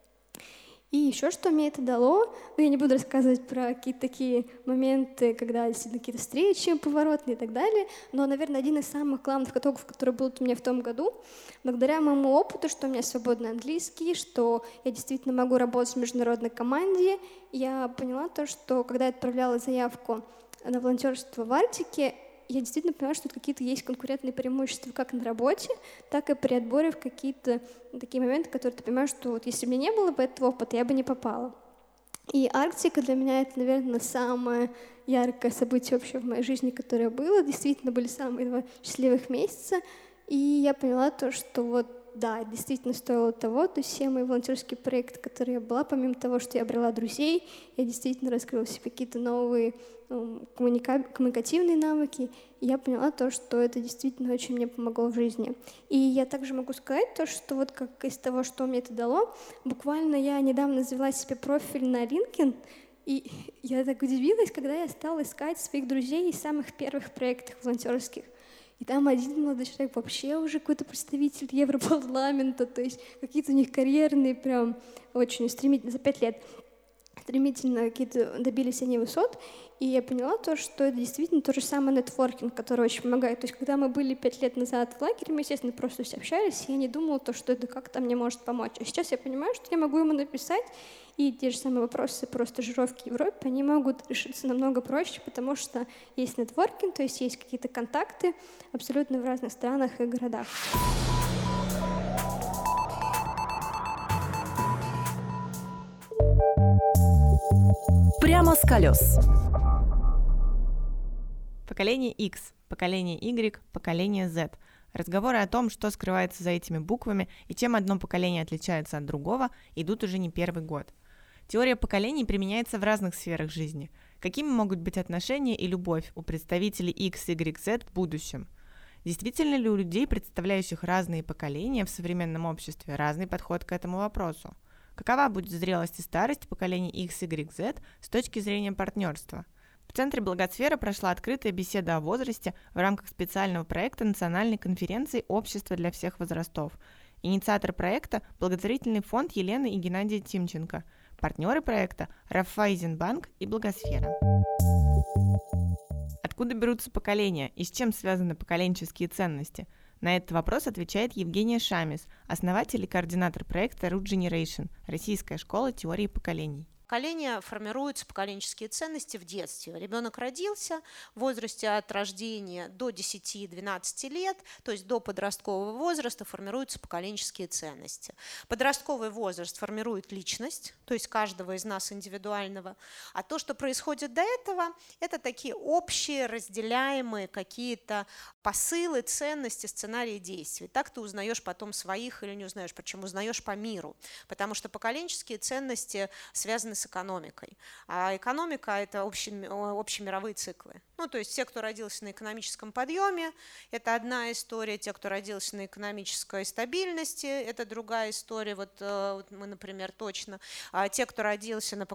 И еще что мне это дало, я не буду рассказывать про какие-то такие моменты, когда действительно какие-то встречи поворотные и так далее, но, наверное, один из самых главных итогов, который был у меня в том году, благодаря моему опыту, что у меня свободный английский, что я действительно могу работать в международной команде, я поняла то, что когда я отправляла заявку на волонтерство в Арктике, я действительно поняла, что тут какие-то есть конкурентные преимущества как на работе, так и при отборе в какие-то такие моменты, которые ты понимаешь, что вот если бы у меня не было бы этого опыта, я бы не попала. И Арктика для меня это, наверное, самое яркое событие вообще в моей жизни, которое было. Действительно, были самые 2 счастливых месяца. И я поняла то, что вот да, действительно стоило того, то есть все мои волонтерские проекты, которые я была, помимо того, что я обрела друзей, я действительно раскрыла в себе какие-то новые коммуникативные навыки, и я поняла то, что это действительно очень мне помогло в жизни. И я также могу сказать то, что вот как из того, что мне это дало, буквально я недавно завела себе профиль на LinkedIn, и я так удивилась, когда я стала искать своих друзей из самых первых проектов волонтерских. И там один молодой человек вообще уже какой-то представитель Европарламента, то есть какие-то у них карьерные прям очень стремительно, за 5 лет стремительно какие-то добились они высот. И я поняла то, что это действительно то же самое нетворкинг, который очень помогает. То есть, когда мы были 5 лет назад в лагере, мы, естественно, просто все общались, и я не думала, то, что это как-то мне может помочь. А сейчас я понимаю, что я могу ему написать, и те же самые вопросы про стажировки в Европе, они могут решиться намного проще, потому что есть нетворкинг, то есть есть какие-то контакты абсолютно в разных странах и городах. Прямо с колес. Поколение X, поколение Y, поколение Z. Разговоры о том, что скрывается за этими буквами и чем одно поколение отличается от другого, идут уже не первый год. Теория поколений применяется в разных сферах жизни. Какими могут быть отношения и любовь у представителей X, Y, Z в будущем? Действительно ли у людей, представляющих разные поколения в современном обществе, разный подход к этому вопросу? Какова будет зрелость и старость поколений X, Y, Z с точки зрения партнерства? В Центре Благосфера прошла открытая беседа о возрасте в рамках специального проекта Национальной конференции «Общество для всех возрастов». Инициатор проекта – благотворительный фонд Елены и Геннадия Тимченко. Партнеры проекта – Райффайзенбанк и Благосфера. Откуда берутся поколения и с чем связаны поколенческие ценности? На этот вопрос отвечает Евгения Шамис, основатель и координатор проекта Root Generation, российская школа теории поколений. Поколения формируются, поколенческие ценности в детстве. Ребенок родился в возрасте от рождения до 10-12 лет, то есть до подросткового возраста формируются поколенческие ценности. Подростковый возраст формирует личность, то есть каждого из нас индивидуального, а то, что происходит до этого, это такие общие, разделяемые какие-то посылы, ценности, сценарии действий. Так ты узнаешь потом своих или не узнаешь, причем узнаешь по миру, потому что поколенческие ценности связаны с экономикой. А экономика – это общемировые циклы. Ну, то есть те, кто родился на экономическом подъеме, это одна история, те, кто родился на экономической стабильности, это другая история. Вот мы, например, точно. А те, кто родился на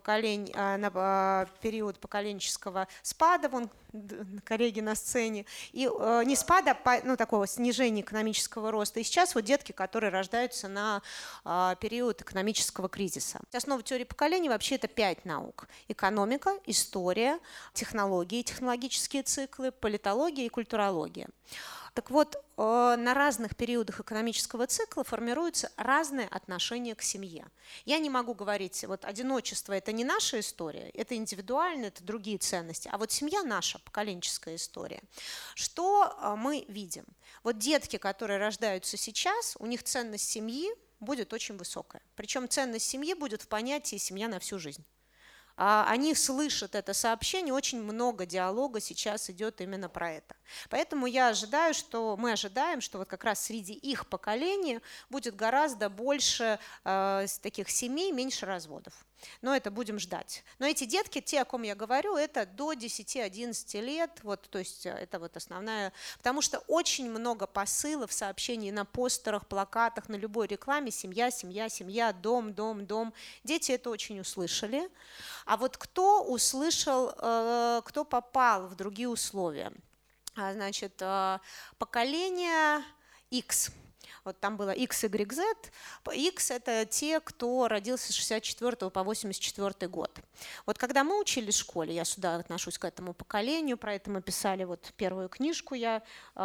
период поколенческого спада, вон коллеги на сцене, и не спада, такого снижения экономического роста. И сейчас вот детки, которые рождаются на период экономического кризиса. Основа теории поколений вообще это 5 наук. Экономика, история, технологии, технологические циклы, политология и культурология. Так вот, на разных периодах экономического цикла формируются разные отношения к семье. Я не могу говорить, вот одиночество – это не наша история, это индивидуально, это другие ценности, а вот семья – наша поколенческая история. Что мы видим? Вот детки, которые рождаются сейчас, у них ценность семьи будет очень высокая. Причем ценность семьи будет в понятии «семья на всю жизнь». Они слышат это сообщение, очень много диалога сейчас идет именно про это. Поэтому мы ожидаем, что вот как раз среди их поколения будет гораздо больше таких семей, меньше разводов. Но это будем ждать. Но эти детки, те, о ком я говорю, это до 10-11 лет, вот, то есть это вот основная, потому что очень много посылов, сообщений на постерах, плакатах, на любой рекламе: семья, семья, семья, дом, дом, дом. Дети это очень услышали. А вот кто услышал, кто попал в другие условия? Значит, поколение X. Вот там было X, Y, Z. X – это те, кто родился с 64 по 84 год. Вот когда мы учились в школе, я сюда отношусь к этому поколению, про это мы писали вот первую книжку я,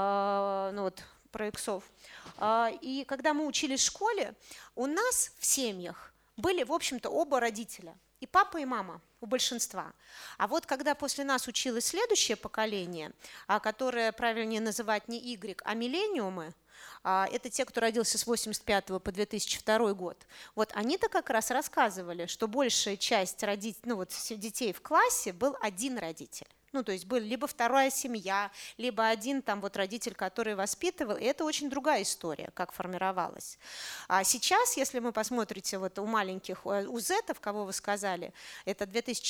про иксов. И когда мы учились в школе, у нас в семьях были, в общем-то, оба родителя. И папа, и мама у большинства. А вот когда после нас училось следующее поколение, которое правильнее называть не Y, а миллениумы, это те, кто родился с 1985 по 2002 год. Вот они-то как раз рассказывали, что большая часть детей в классе был один родитель. Ну, то есть был либо вторая семья, либо один там вот родитель, который воспитывал, и это очень другая история, как формировалась. А сейчас, если вы посмотрите вот у маленьких, у зетов, кого вы сказали, это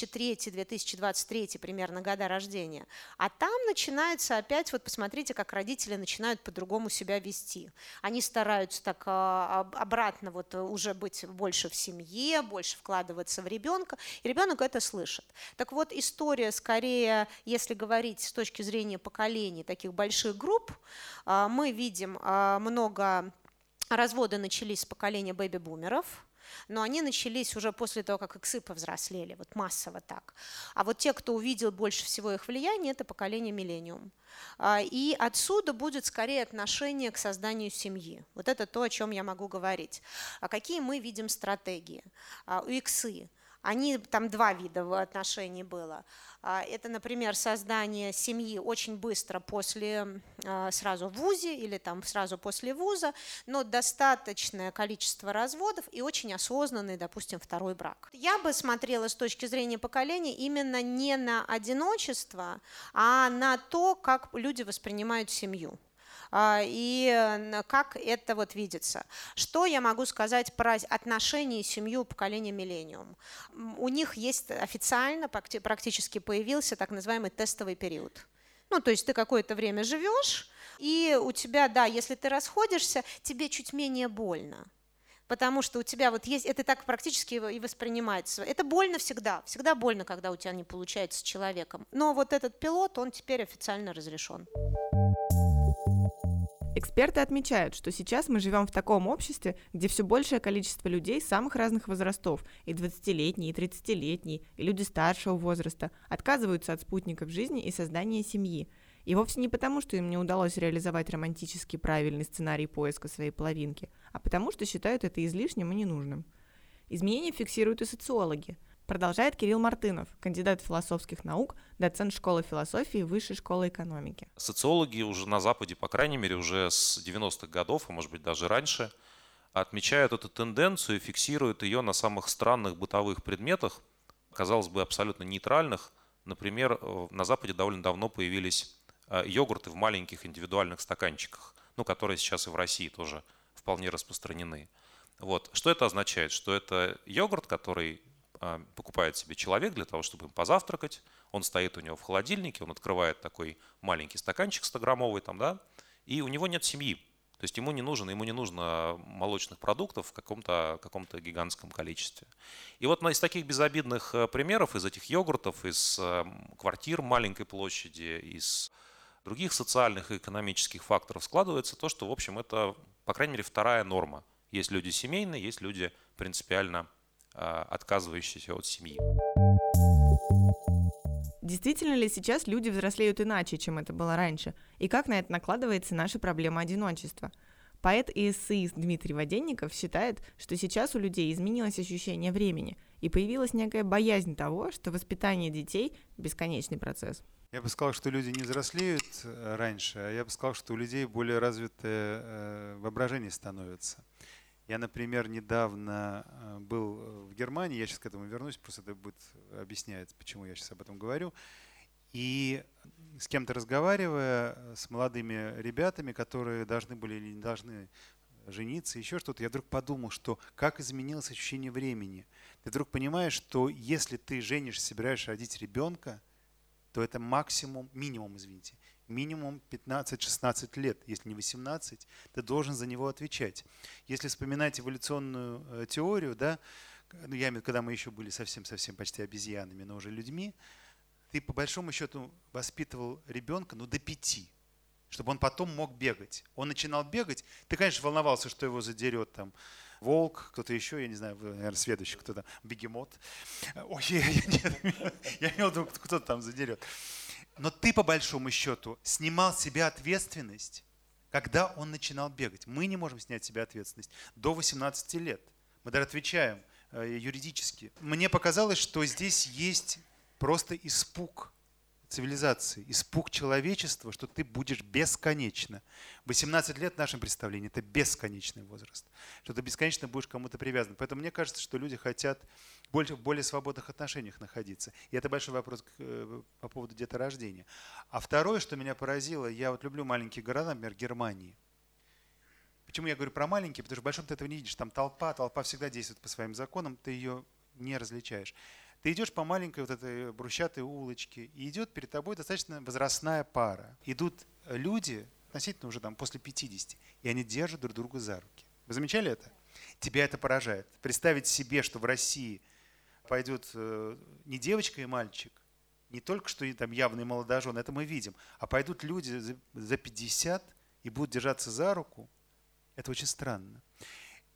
2003-2023 примерно года рождения, а там начинается опять, вот посмотрите, как родители начинают по-другому себя вести. Они стараются так обратно вот уже быть больше в семье, больше вкладываться в ребенка, и ребенок это слышит. Так вот, история скорее, если говорить с точки зрения поколений, таких больших групп, мы видим много разводы начались с поколения бэби-бумеров. но они начались уже после того, как иксы повзрослели, вот массово так. А вот те, кто увидел больше всего их влияние, это поколение миллениум. И отсюда будет скорее отношение к созданию семьи. Вот это то, о чем я могу говорить. А какие мы видим стратегии? У иксы. Они, там два вида отношений было. Это, например, создание семьи очень быстро после, сразу в вузе или там сразу после вуза, но достаточное количество разводов и очень осознанный, допустим, второй брак. Я бы смотрела с точки зрения поколения именно не на одиночество, а на то, как люди воспринимают семью. И как это вот видится. Что я могу сказать про отношения и семью поколения миллениум? У них есть официально, практически появился так называемый тестовый период. Ну, то есть ты какое-то время живешь, и у тебя, да, если ты расходишься, тебе чуть менее больно. Потому что у тебя вот есть, это так практически и воспринимается. Это больно всегда больно, когда у тебя не получается с человеком. Но вот этот пилот, он теперь официально разрешен. Эксперты отмечают, что сейчас мы живем в таком обществе, где все большее количество людей самых разных возрастов, и 20-летние, и 30-летние, и люди старшего возраста, отказываются от спутников жизни и создания семьи. И вовсе не потому, что им не удалось реализовать романтически правильный сценарий поиска своей половинки, а потому, что считают это излишним и ненужным. Изменения фиксируют и социологи. Продолжает Кирилл Мартынов, кандидат философских наук, доцент школы философии Высшей школы экономики. Социологи уже на Западе, по крайней мере, уже с 90-х годов, а может быть даже раньше, отмечают эту тенденцию и фиксируют ее на самых странных бытовых предметах, казалось бы, абсолютно нейтральных. Например, на Западе довольно давно появились йогурты в маленьких индивидуальных стаканчиках, которые сейчас и в России тоже вполне распространены. Вот. Что это означает? Что это йогурт, который покупает себе человек для того, чтобы им позавтракать. Он стоит у него в холодильнике, он открывает такой маленький стаканчик 100-граммовый, и у него нет семьи. То есть ему не нужно молочных продуктов в каком-то гигантском количестве. И вот из таких безобидных примеров, из этих йогуртов, из квартир маленькой площади, из других социальных и экономических факторов складывается то, что, в общем, это, по крайней мере, вторая норма. Есть люди семейные, есть люди принципиально отказывающиеся от семьи. Действительно ли сейчас люди взрослеют иначе, чем это было раньше? И как на это накладывается наша проблема одиночества? Поэт и эссеист Дмитрий Воденников считает, что сейчас у людей изменилось ощущение времени, и появилась некая боязнь того, что воспитание детей – бесконечный процесс. Я бы сказал, что люди не взрослеют раньше, а я бы сказал, что у людей более развитое воображение становится. Я, например, недавно был в Германии, я сейчас к этому вернусь, просто это будет объяснять, почему я сейчас об этом говорю. И с кем-то разговаривая, с молодыми ребятами, которые должны были или не должны жениться, еще что-то, я вдруг подумал, что как изменилось ощущение времени. Ты вдруг понимаешь, что если ты женишься, собираешься родить ребенка, то это минимум 15-16 лет, если не 18, ты должен за него отвечать. Если вспоминать эволюционную теорию, да, когда мы еще были совсем почти обезьянами, но уже людьми, ты по большому счету воспитывал ребенка до 5, чтобы он потом мог бегать. Он начинал бегать, ты, конечно, волновался, что его задерет волк, кто-то еще, я не знаю, наверное, следующий, кто-то, бегемот. Ой, я имел в виду, кто-то там задерет. Но ты, по большому счету, снимал с себя ответственность, когда он начинал бегать. Мы не можем снять с себя ответственность до 18 лет. Мы даже отвечаем юридически. Мне показалось, что здесь есть просто испуг цивилизации, испуг человечества, что ты будешь бесконечно. 18 лет в нашем представлении – это бесконечный возраст. Что ты бесконечно будешь к кому-то привязан. Поэтому мне кажется, что люди хотят в более свободных отношениях находиться. И это большой вопрос по поводу деторождения. А второе, что меня поразило, я люблю маленькие города, например, Германии. Почему я говорю про маленькие? Потому что в большом ты этого не видишь. Там толпа всегда действует по своим законам, ты ее не различаешь. Ты идешь по маленькой этой брусчатой улочке, и идет перед тобой достаточно возрастная пара. Идут люди, относительно уже после 50, и они держат друг друга за руки. Вы замечали это? Тебя это поражает. Представить себе, что в России пойдет не девочка и мальчик, не только что там явные молодожены, это мы видим, а пойдут люди за 50 и будут держаться за руку, это очень странно.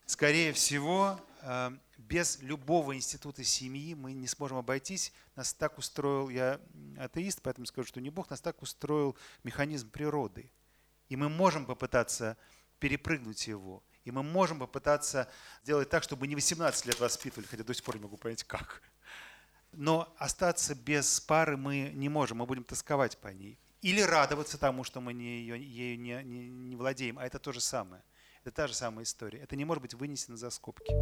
Скорее всего, без любого института семьи мы не сможем обойтись. Нас так устроил, я атеист, поэтому скажу, что не Бог, нас так устроил механизм природы. И мы можем попытаться перепрыгнуть его. И мы можем попытаться сделать так, чтобы не 18 лет воспитывали, хотя до сих пор не могу понять, как. Но остаться без пары мы не можем, мы будем тосковать по ней. Или радоваться тому, что мы ею не владеем, а это то же самое. Это та же самая история. Это не может быть вынесено за скобки.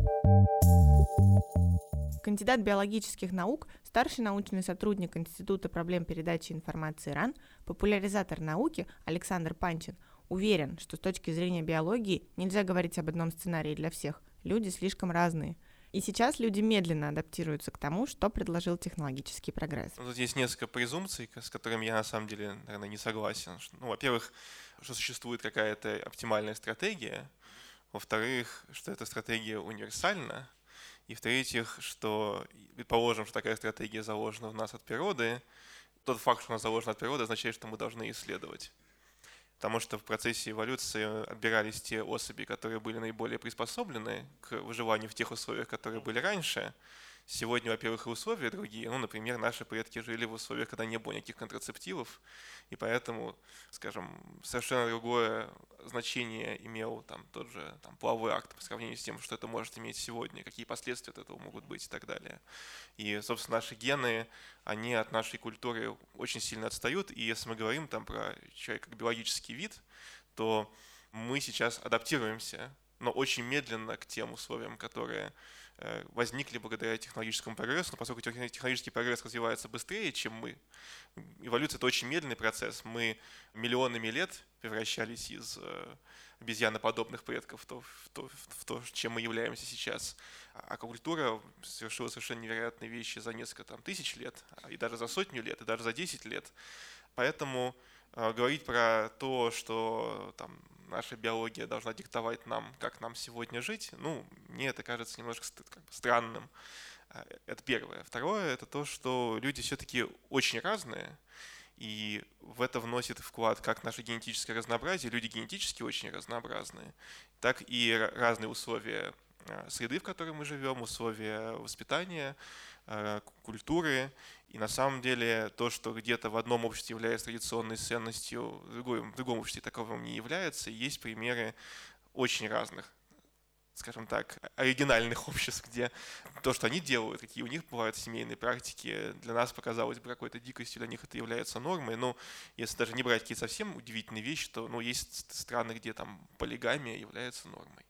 Кандидат биологических наук, старший научный сотрудник Института проблем передачи информации РАН, популяризатор науки Александр Панчин уверен, что с точки зрения биологии нельзя говорить об одном сценарии для всех. Люди слишком разные. И сейчас люди медленно адаптируются к тому, что предложил технологический прогресс. Тут есть несколько презумпций, с которыми я на самом деле, наверное, не согласен. Во-первых, что существует какая-то оптимальная стратегия. Во-вторых, что эта стратегия универсальна. И в-третьих, что, предположим, что такая стратегия заложена в нас от природы, тот факт, что она заложена от природы, означает, что мы должны исследовать. Потому что в процессе эволюции отбирались те особи, которые были наиболее приспособлены к выживанию в тех условиях, которые были раньше. Сегодня, во-первых, и условия другие. Например, наши предки жили в условиях, когда не было никаких контрацептивов, и поэтому, скажем, совершенно другое значение имел тот же половой акт по сравнению с тем, что это может иметь сегодня, какие последствия от этого могут быть и так далее. И, собственно, наши гены, они от нашей культуры очень сильно отстают, и если мы говорим про человека как биологический вид, то мы сейчас адаптируемся, но очень медленно к тем условиям, которые возникли благодаря технологическому прогрессу, но поскольку технологический прогресс развивается быстрее, чем мы, эволюция – это очень медленный процесс. Мы миллионами лет превращались из обезьяноподобных предков в то, чем мы являемся сейчас. А культура совершила совершенно невероятные вещи за несколько тысяч лет, и даже за сотню лет, и даже за 10 лет. Поэтому говорить про то, что наша биология должна диктовать нам, как нам сегодня жить, мне это кажется немножко странным. Это первое. Второе – это то, что люди все-таки очень разные, и в это вносит вклад как наше генетическое разнообразие, люди генетически очень разнообразные, так и разные условия среды, в которой мы живем, условия воспитания, культуры. И на самом деле то, что где-то в одном обществе является традиционной ценностью, в другом обществе таковым не является, есть примеры очень разных, скажем так, оригинальных обществ, где то, что они делают, какие у них бывают семейные практики, для нас показалось бы какой-то дикостью, для них это является нормой. Но если даже не брать какие-то совсем удивительные вещи, то есть страны, где полигамия является нормой.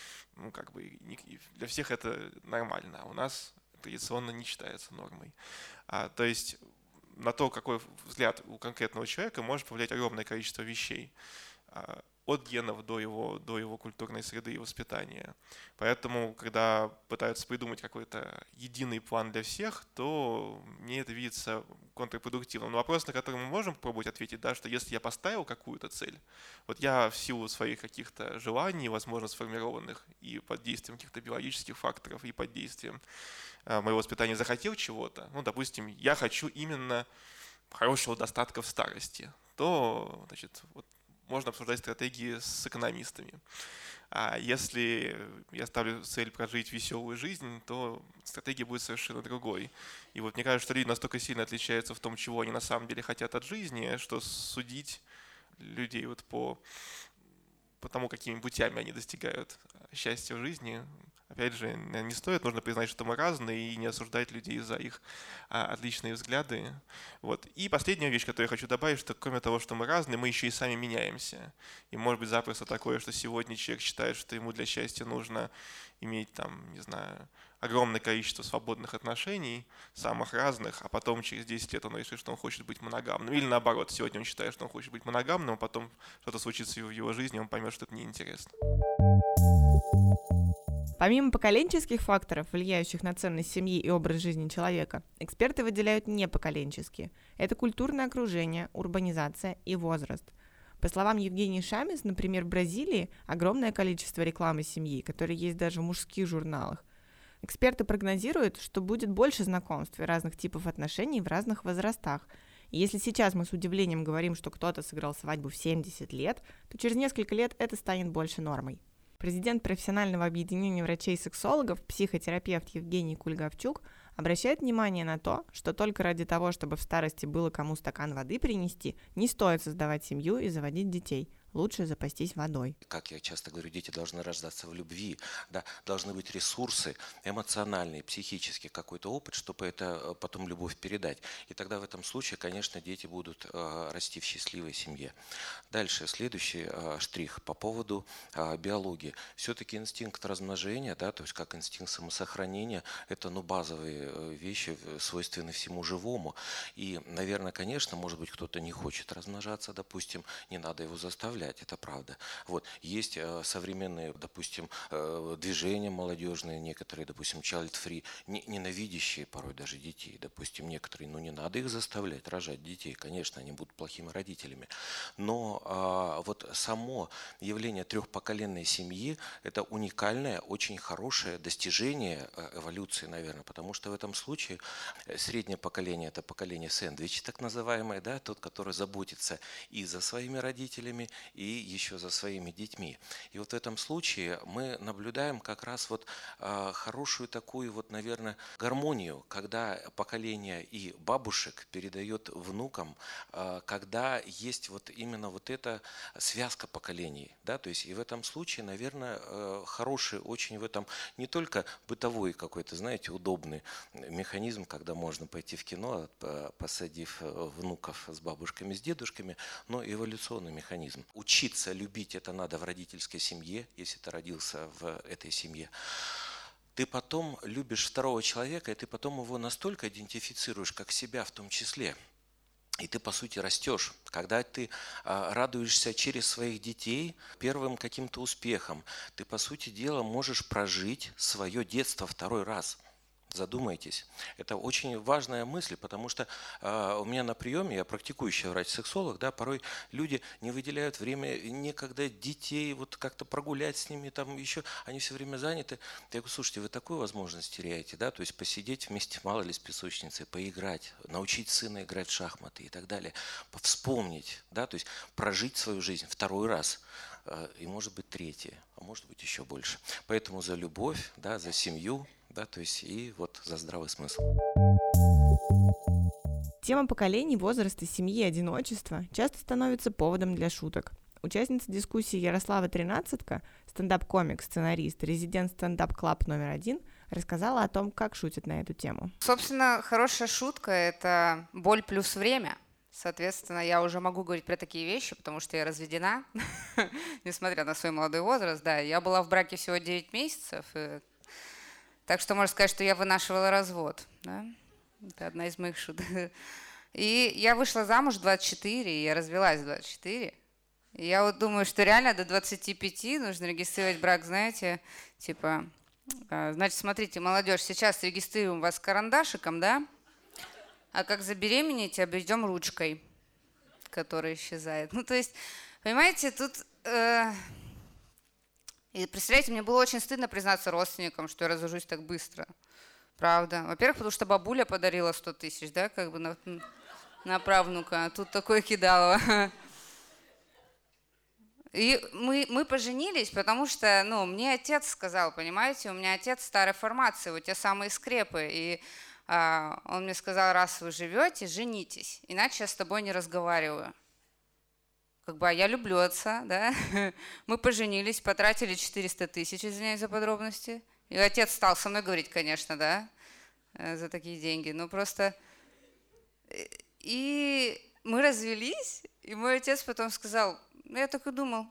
Для всех это нормально, а у нас традиционно не считается нормой. То есть на то, какой взгляд у конкретного человека, может повлиять огромное количество вещей. От генов до его культурной среды и воспитания. Поэтому, когда пытаются придумать какой-то единый план для всех, то мне это видится контрпродуктивным. Но вопрос, на который мы можем попробовать ответить, что если я поставил какую-то цель, я в силу своих каких-то желаний, возможно, сформированных и под действием каких-то биологических факторов, и под действием моего воспитания захотел чего-то, допустим, я хочу именно хорошего достатка в старости, то, можно обсуждать стратегии с экономистами. А если я ставлю цель прожить веселую жизнь, то стратегия будет совершенно другой. И мне кажется, что люди настолько сильно отличаются в том, чего они на самом деле хотят от жизни, что судить людей по тому, какими путями они достигают счастья в жизни, опять же, не стоит. Нужно признать, что мы разные, и не осуждать людей за их отличные взгляды. И последняя вещь, которую я хочу добавить, что кроме того, что мы разные, мы еще и сами меняемся. И может быть запросто такое, что сегодня человек считает, что ему для счастья нужно иметь огромное количество свободных отношений, самых разных, а потом через 10 лет он решит, что он хочет быть моногамным. Или наоборот, сегодня он считает, что он хочет быть моногамным, а потом что-то случится в его жизни, и он поймет, что это неинтересно. Помимо поколенческих факторов, влияющих на ценность семьи и образ жизни человека, эксперты выделяют непоколенческие. Это культурное окружение, урбанизация и возраст. По словам Евгении Шамис, например, в Бразилии огромное количество рекламы семьи, которая есть даже в мужских журналах. Эксперты прогнозируют, что будет больше знакомств и разных типов отношений в разных возрастах. И если сейчас мы с удивлением говорим, что кто-то сыграл свадьбу в 70 лет, то через несколько лет это станет больше нормой. Президент профессионального объединения врачей-сексологов, психотерапевт Евгений Кульгавчук обращает внимание на то, что только ради того, чтобы в старости было кому стакан воды принести, не стоит создавать семью и заводить детей. Лучше запастись водой. Как я часто говорю, дети должны рождаться в любви, да, должны быть ресурсы эмоциональные, психические, какой-то опыт, чтобы это потом любовь передать. И тогда в этом случае, конечно, дети будут расти в счастливой семье. Дальше, следующий штрих по поводу биологии. Все-таки инстинкт размножения, да, то есть как инстинкт самосохранения, это базовые вещи, свойственны всему живому. И, наверное, конечно, может быть, кто-то не хочет размножаться, допустим, не надо его заставлять. Это правда. Вот. Есть современные, допустим, движения молодежные, некоторые, допустим, child-free, ненавидящие порой даже детей, допустим, некоторые, не надо их заставлять рожать детей, конечно, они будут плохими родителями. Но вот само явление трехпоколенной семьи – это уникальное, очень хорошее достижение эволюции, наверное, потому что в этом случае среднее поколение – это поколение сэндвич, так называемое, да, тот, который заботится и за своими родителями, и еще за своими детьми. И вот в этом случае мы наблюдаем как раз вот хорошую такую вот, наверное, гармонию, когда поколение и бабушек передает внукам, когда есть вот именно вот эта связка поколений, да, то есть и в этом случае, наверное, хороший очень в этом не только бытовой какой-то, знаете, удобный механизм, когда можно пойти в кино, посадив внуков с бабушками, с дедушками, но эволюционный механизм. Учиться любить это надо в родительской семье, если ты родился в этой семье. Ты потом любишь второго человека, и ты потом его настолько идентифицируешь, как себя в том числе. И ты, по сути, растешь. Когда ты радуешься через своих детей первым каким-то успехом, ты, по сути дела, можешь прожить свое детство второй раз. Задумайтесь. Это очень важная мысль, потому что у меня на приеме, я практикующий врач-сексолог, да, порой люди не выделяют время, некогда детей вот как-то прогулять с ними, там еще, они все время заняты. Я говорю, слушайте, вы такую возможность теряете, да, то есть посидеть вместе, мало ли, с песочницей, поиграть, научить сына играть в шахматы и так далее, вспомнить, да, то есть прожить свою жизнь второй раз. И может быть третье, а может быть еще больше. Поэтому за любовь, да, за семью, да, то есть и вот за здравый смысл. Тема поколений, возраста, семьи и одиночества часто становится поводом для шуток. Участница дискуссии Ярослава Тринадцатка, стендап-комик, сценарист, резидент стендап-клаб номер 1, рассказала о том, как шутят на эту тему. Собственно, хорошая шутка – это боль плюс время. Соответственно, я уже могу говорить про такие вещи, потому что я разведена, несмотря на свой молодой возраст. Да, я была в браке всего 9 месяцев, так что можно сказать, что я вынашивала развод. Да? Это одна из моих шуток. И я вышла замуж в 24, и я развелась в 24. И я вот думаю, что реально до 25 нужно регистрировать брак, знаете, типа, значит, смотрите, молодежь, сейчас регистрируем вас карандашиком, да? А как забеременеете, обведем ручкой, которая исчезает. Ну, то есть, понимаете, тут... И представляете, мне было очень стыдно признаться родственникам, что я развожусь так быстро. Правда. Во-первых, потому что бабуля подарила 100 тысяч, да, как бы на правнука. А тут такое кидалово. И мы поженились, потому что, мне отец сказал, понимаете, у меня отец старой формации, вот те самые скрепы. И он мне сказал, раз вы живете, женитесь, иначе я с тобой не разговариваю. А я люблю отца, да. Мы поженились, потратили 400 тысяч, извиняюсь за подробности. И отец стал со мной говорить, конечно, да, за такие деньги. Но просто... И мы развелись, и мой отец потом сказал, я так и думал.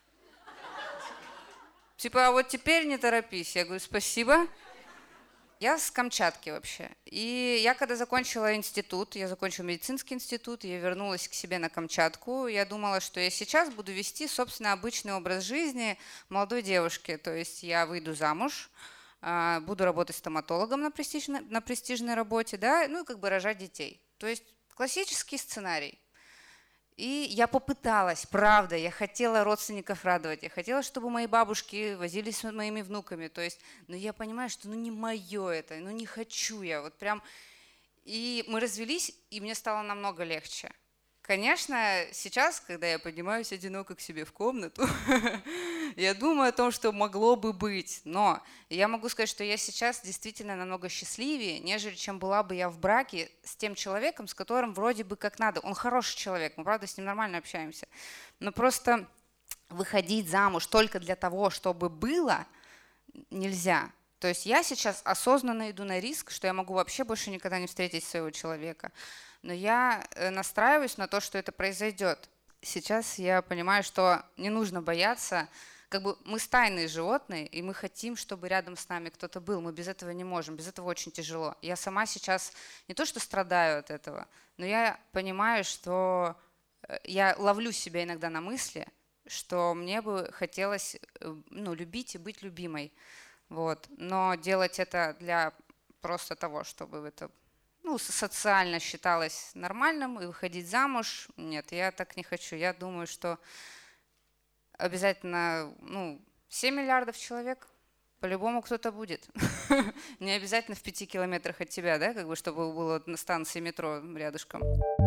Типа, а вот теперь не торопись. Я говорю, спасибо. Я с Камчатки вообще. И я когда закончила институт, я закончила медицинский институт, я вернулась к себе на Камчатку, я думала, что я сейчас буду вести, собственно, обычный образ жизни молодой девушки. То есть я выйду замуж, буду работать стоматологом на престижной работе, да, и рожать детей. То есть классический сценарий. И я попыталась, правда, я хотела родственников радовать, я хотела, чтобы мои бабушки возились с моими внуками, то есть, но я понимаю, что не мое это, не хочу я, вот прям. И мы развелись, и мне стало намного легче. Конечно, сейчас, когда я поднимаюсь одиноко к себе в комнату, Я думаю о том, что могло бы быть. Но я могу сказать, что я сейчас действительно намного счастливее, нежели чем была бы я в браке с тем человеком, с которым вроде бы как надо. Он хороший человек, мы, правда, с ним нормально общаемся. Но просто выходить замуж только для того, чтобы было, нельзя. То есть я сейчас осознанно иду на риск, что я могу вообще больше никогда не встретить своего человека. Но я настраиваюсь на то, что это произойдет. Сейчас я понимаю, что не нужно бояться. Как бы мы стайные животные, и мы хотим, чтобы рядом с нами кто-то был. Мы без этого не можем, без этого очень тяжело. Я сама сейчас не то что страдаю от этого, но я понимаю, что я ловлю себя иногда на мысли, что мне бы хотелось любить и быть любимой. Вот. Но делать это для просто того, чтобы это социально считалось нормальным, и выходить замуж, нет, я так не хочу. Я думаю, что обязательно 7 миллиардов человек, по-любому кто-то будет. Не обязательно в 5 километрах от тебя, да, чтобы было на станции метро рядышком.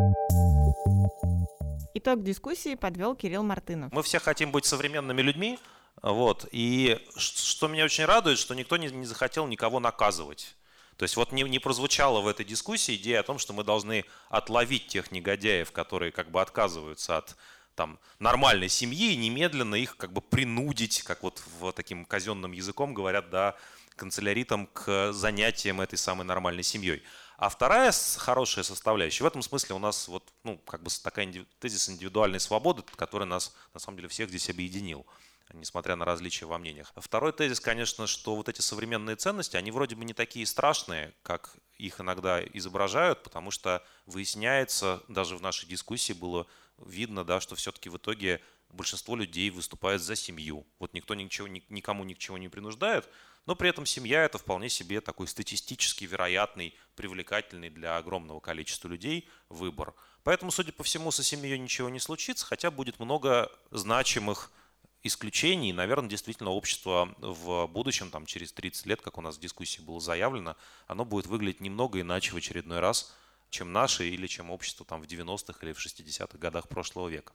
Итог дискуссии подвел Кирилл Мартынов. Мы все хотим быть современными людьми, и что меня очень радует, что никто не захотел никого наказывать. То есть не прозвучала в этой дискуссии идея о том, что мы должны отловить тех негодяев, которые отказываются от нормальной семьи, и немедленно их принудить, как таким казенным языком говорят, канцеляритам к занятиям этой самой нормальной семьей. А вторая хорошая составляющая, в этом смысле у нас такая тезис индивидуальной свободы, который нас на самом деле всех здесь объединил, несмотря на различия во мнениях. Второй тезис, конечно, что эти современные ценности, они вроде бы не такие страшные, как их иногда изображают, потому что выясняется, даже в нашей дискуссии было видно, что все-таки в итоге большинство людей выступает за семью. Никто никому ничего не принуждает, но при этом семья – это вполне себе такой статистически вероятный, привлекательный для огромного количества людей выбор. Поэтому, судя по всему, со семьей ничего не случится, хотя будет много значимых исключений. Наверное, действительно, общество в будущем, через 30 лет, как у нас в дискуссии было заявлено, оно будет выглядеть немного иначе в очередной раз, чем наше или чем общество в 90-х или в 60-х годах прошлого века.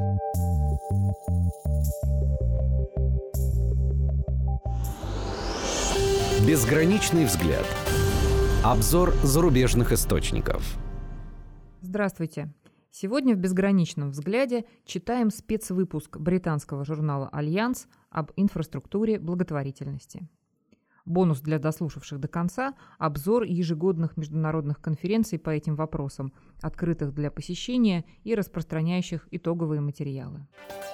Безграничный взгляд. Обзор зарубежных источников. Здравствуйте. Сегодня в «Безграничном взгляде» читаем спецвыпуск британского журнала «Альянс» об инфраструктуре благотворительности. Бонус для дослушавших до конца – обзор ежегодных международных конференций по этим вопросам, открытых для посещения и распространяющих итоговые материалы.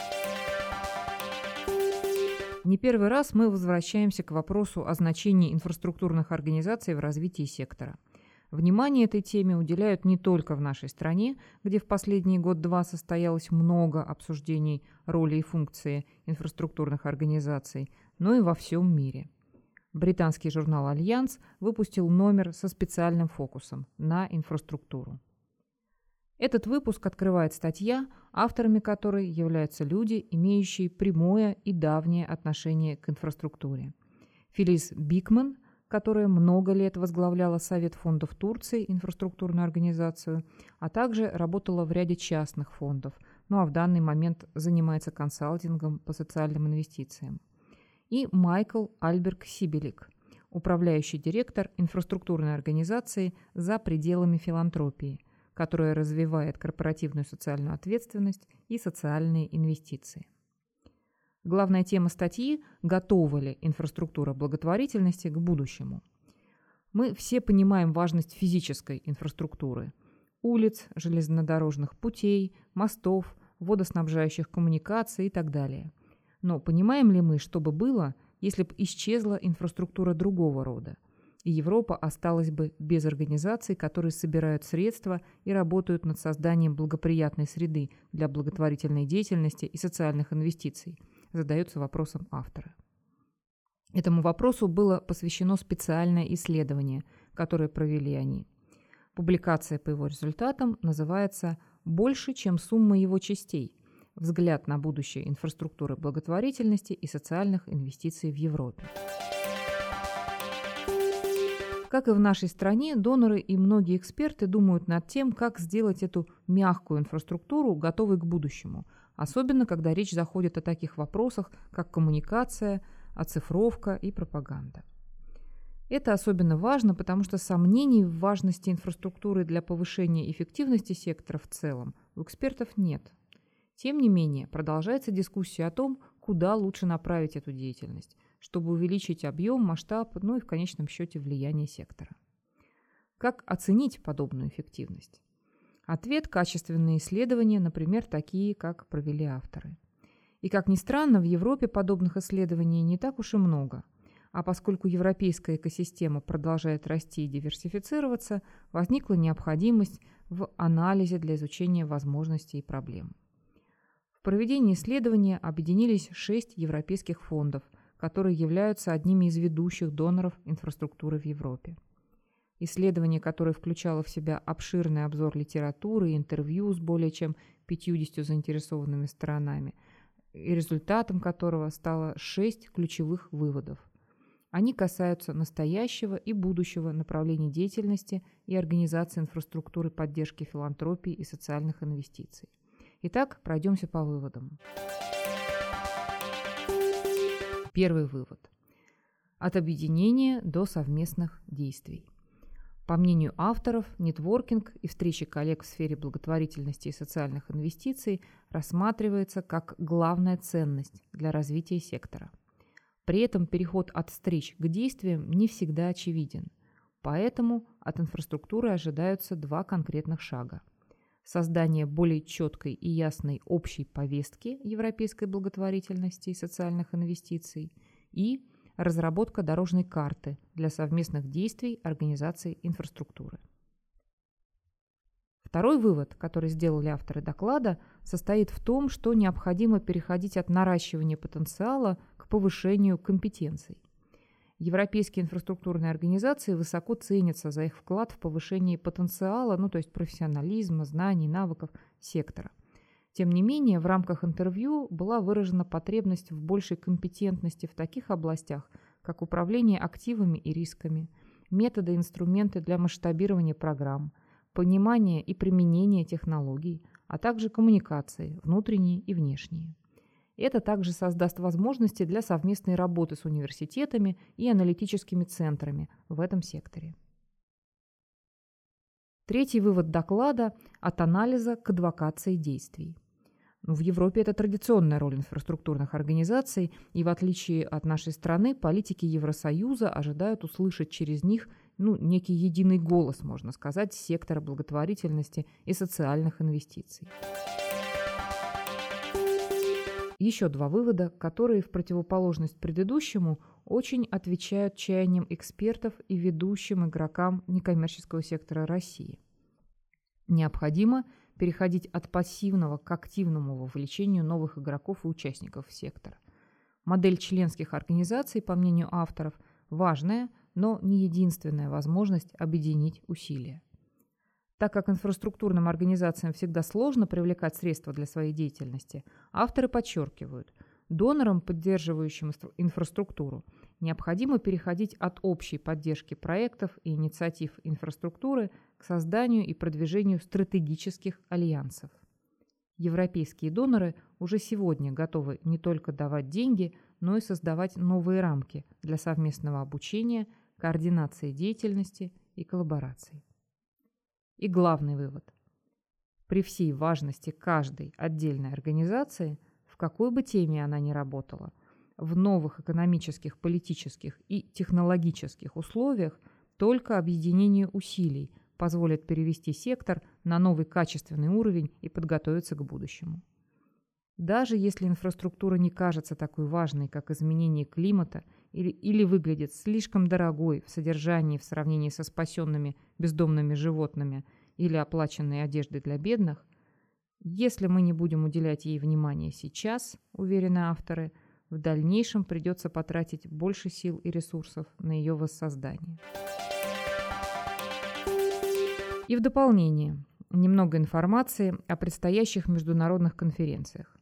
Не первый раз мы возвращаемся к вопросу о значении инфраструктурных организаций в развитии сектора. Внимание этой теме уделяют не только в нашей стране, где в последний год-два состоялось много обсуждений роли и функции инфраструктурных организаций, но и во всем мире. Британский журнал «Альянс» выпустил номер со специальным фокусом на инфраструктуру. Этот выпуск открывает статья, авторами которой являются люди, имеющие прямое и давнее отношение к инфраструктуре. Филис Бикман, которая много лет возглавляла Совет фондов Турции, инфраструктурную организацию, а также работала в ряде частных фондов, а в данный момент занимается консалтингом по социальным инвестициям. И Майкл Альберг-Сибелик, управляющий директор инфраструктурной организации «За пределами филантропии», которая развивает корпоративную социальную ответственность и социальные инвестиции. Главная тема статьи – готова ли инфраструктура благотворительности к будущему. Мы все понимаем важность физической инфраструктуры – улиц, железнодорожных путей, мостов, водоснабжающих коммуникаций и так далее. Но понимаем ли мы, что бы было, если бы исчезла инфраструктура другого рода, и Европа осталась бы без организаций, которые собирают средства и работают над созданием благоприятной среды для благотворительной деятельности и социальных инвестиций, задается вопросом автора. Этому вопросу было посвящено специальное исследование, которое провели они. Публикация по его результатам называется «Больше, чем сумма его частей. Взгляд на будущее инфраструктуры благотворительности и социальных инвестиций в Европе». Как и в нашей стране, доноры и многие эксперты думают над тем, как сделать эту мягкую инфраструктуру готовой к будущему, особенно когда речь заходит о таких вопросах, как коммуникация, оцифровка и пропаганда. Это особенно важно, потому что сомнений в важности инфраструктуры для повышения эффективности сектора в целом у экспертов нет. Тем не менее, продолжается дискуссия о том, куда лучше направить эту деятельность, чтобы увеличить объем, масштаб, ну и в конечном счете влияние сектора. Как оценить подобную эффективность? Ответ – качественные исследования, например, такие, как провели авторы. И, как ни странно, в Европе подобных исследований не так уж и много. А поскольку европейская экосистема продолжает расти и диверсифицироваться, возникла необходимость в анализе для изучения возможностей и проблем. В проведении исследования объединились 6 европейских фондов, которые являются одними из ведущих доноров инфраструктуры в Европе. Исследование, которое включало в себя обширный обзор литературы и интервью с более чем 50 заинтересованными сторонами, и результатом которого стало 6 ключевых выводов. Они касаются настоящего и будущего направлений деятельности и организации инфраструктуры поддержки филантропии и социальных инвестиций. Итак, пройдемся по выводам. Первый вывод. От объединения до совместных действий. По мнению авторов, нетворкинг и встречи коллег в сфере благотворительности и социальных инвестиций рассматривается как главная ценность для развития сектора. При этом переход от встреч к действиям не всегда очевиден. Поэтому от инфраструктуры ожидаются 2 конкретных шага. Создание более четкой и ясной общей повестки европейской благотворительности и социальных инвестиций и разработка дорожной карты для совместных действий организаций инфраструктуры. Второй вывод, который сделали авторы доклада, состоит в том, что необходимо переходить от наращивания потенциала к повышению компетенций. Европейские инфраструктурные организации высоко ценятся за их вклад в повышение потенциала, то есть профессионализма, знаний, навыков сектора. Тем не менее, в рамках интервью была выражена потребность в большей компетентности в таких областях, как управление активами и рисками, методы и инструменты для масштабирования программ, понимание и применение технологий, а также коммуникации, внутренние и внешние. Это также создаст возможности для совместной работы с университетами и аналитическими центрами в этом секторе. Третий вывод доклада – от анализа к адвокации действий. В Европе это традиционная роль инфраструктурных организаций, и в отличие от нашей страны, политики Евросоюза ожидают услышать через них некий единый голос, можно сказать, сектора благотворительности и социальных инвестиций. Еще 2 вывода, которые в противоположность предыдущему очень отвечают чаяниям экспертов и ведущим игрокам некоммерческого сектора России. Необходимо переходить от пассивного к активному вовлечению новых игроков и участников в сектор. Модель членских организаций, по мнению авторов, важная, но не единственная возможность объединить усилия. Так как инфраструктурным организациям всегда сложно привлекать средства для своей деятельности, авторы подчеркивают, донорам, поддерживающим инфраструктуру, необходимо переходить от общей поддержки проектов и инициатив инфраструктуры к созданию и продвижению стратегических альянсов. Европейские доноры уже сегодня готовы не только давать деньги, но и создавать новые рамки для совместного обучения, координации деятельности и коллаборации. И главный вывод. При всей важности каждой отдельной организации, в какой бы теме она ни работала, в новых экономических, политических и технологических условиях только объединение усилий позволит перевести сектор на новый качественный уровень и подготовиться к будущему. Даже если инфраструктура не кажется такой важной, как изменение климата, или выглядит слишком дорогой в содержании в сравнении со спасенными бездомными животными или оплаченной одеждой для бедных, если мы не будем уделять ей внимания сейчас, уверены авторы, в дальнейшем придется потратить больше сил и ресурсов на ее воссоздание. И в дополнение немного информации о предстоящих международных конференциях.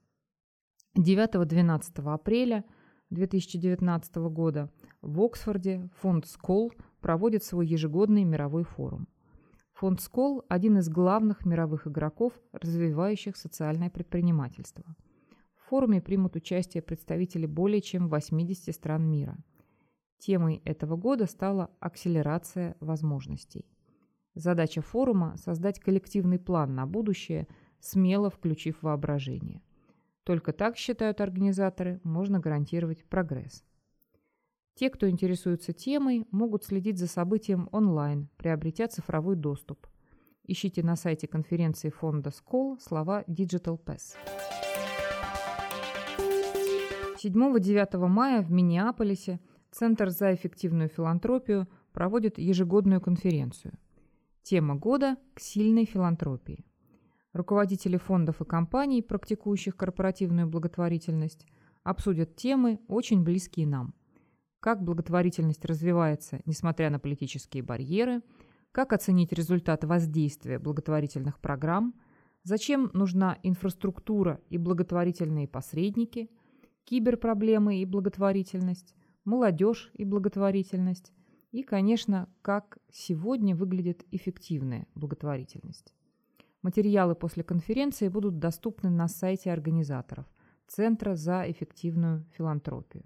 9-12 апреля 2019 года в Оксфорде фонд Сколл проводит свой ежегодный мировой форум. Фонд Сколл – один из главных мировых игроков, развивающих социальное предпринимательство. В форуме примут участие представители более чем 80 стран мира. Темой этого года стала акселерация возможностей. Задача форума – создать коллективный план на будущее, смело включив воображение. Только так, считают организаторы, можно гарантировать прогресс. Те, кто интересуется темой, могут следить за событием онлайн, приобретя цифровой доступ. Ищите на сайте конференции фонда СКОЛ слова Digital Pass. 7-9 мая в Миннеаполисе Центр за эффективную филантропию проводит ежегодную конференцию. Тема года – к сильной филантропии. Руководители фондов и компаний, практикующих корпоративную благотворительность, обсудят темы, очень близкие нам. Как благотворительность развивается, несмотря на политические барьеры, как оценить результат воздействия благотворительных программ, зачем нужна инфраструктура и благотворительные посредники, киберпроблемы и благотворительность, молодежь и благотворительность и, конечно, как сегодня выглядит эффективная благотворительность. Материалы после конференции будут доступны на сайте организаторов Центра за эффективную филантропию.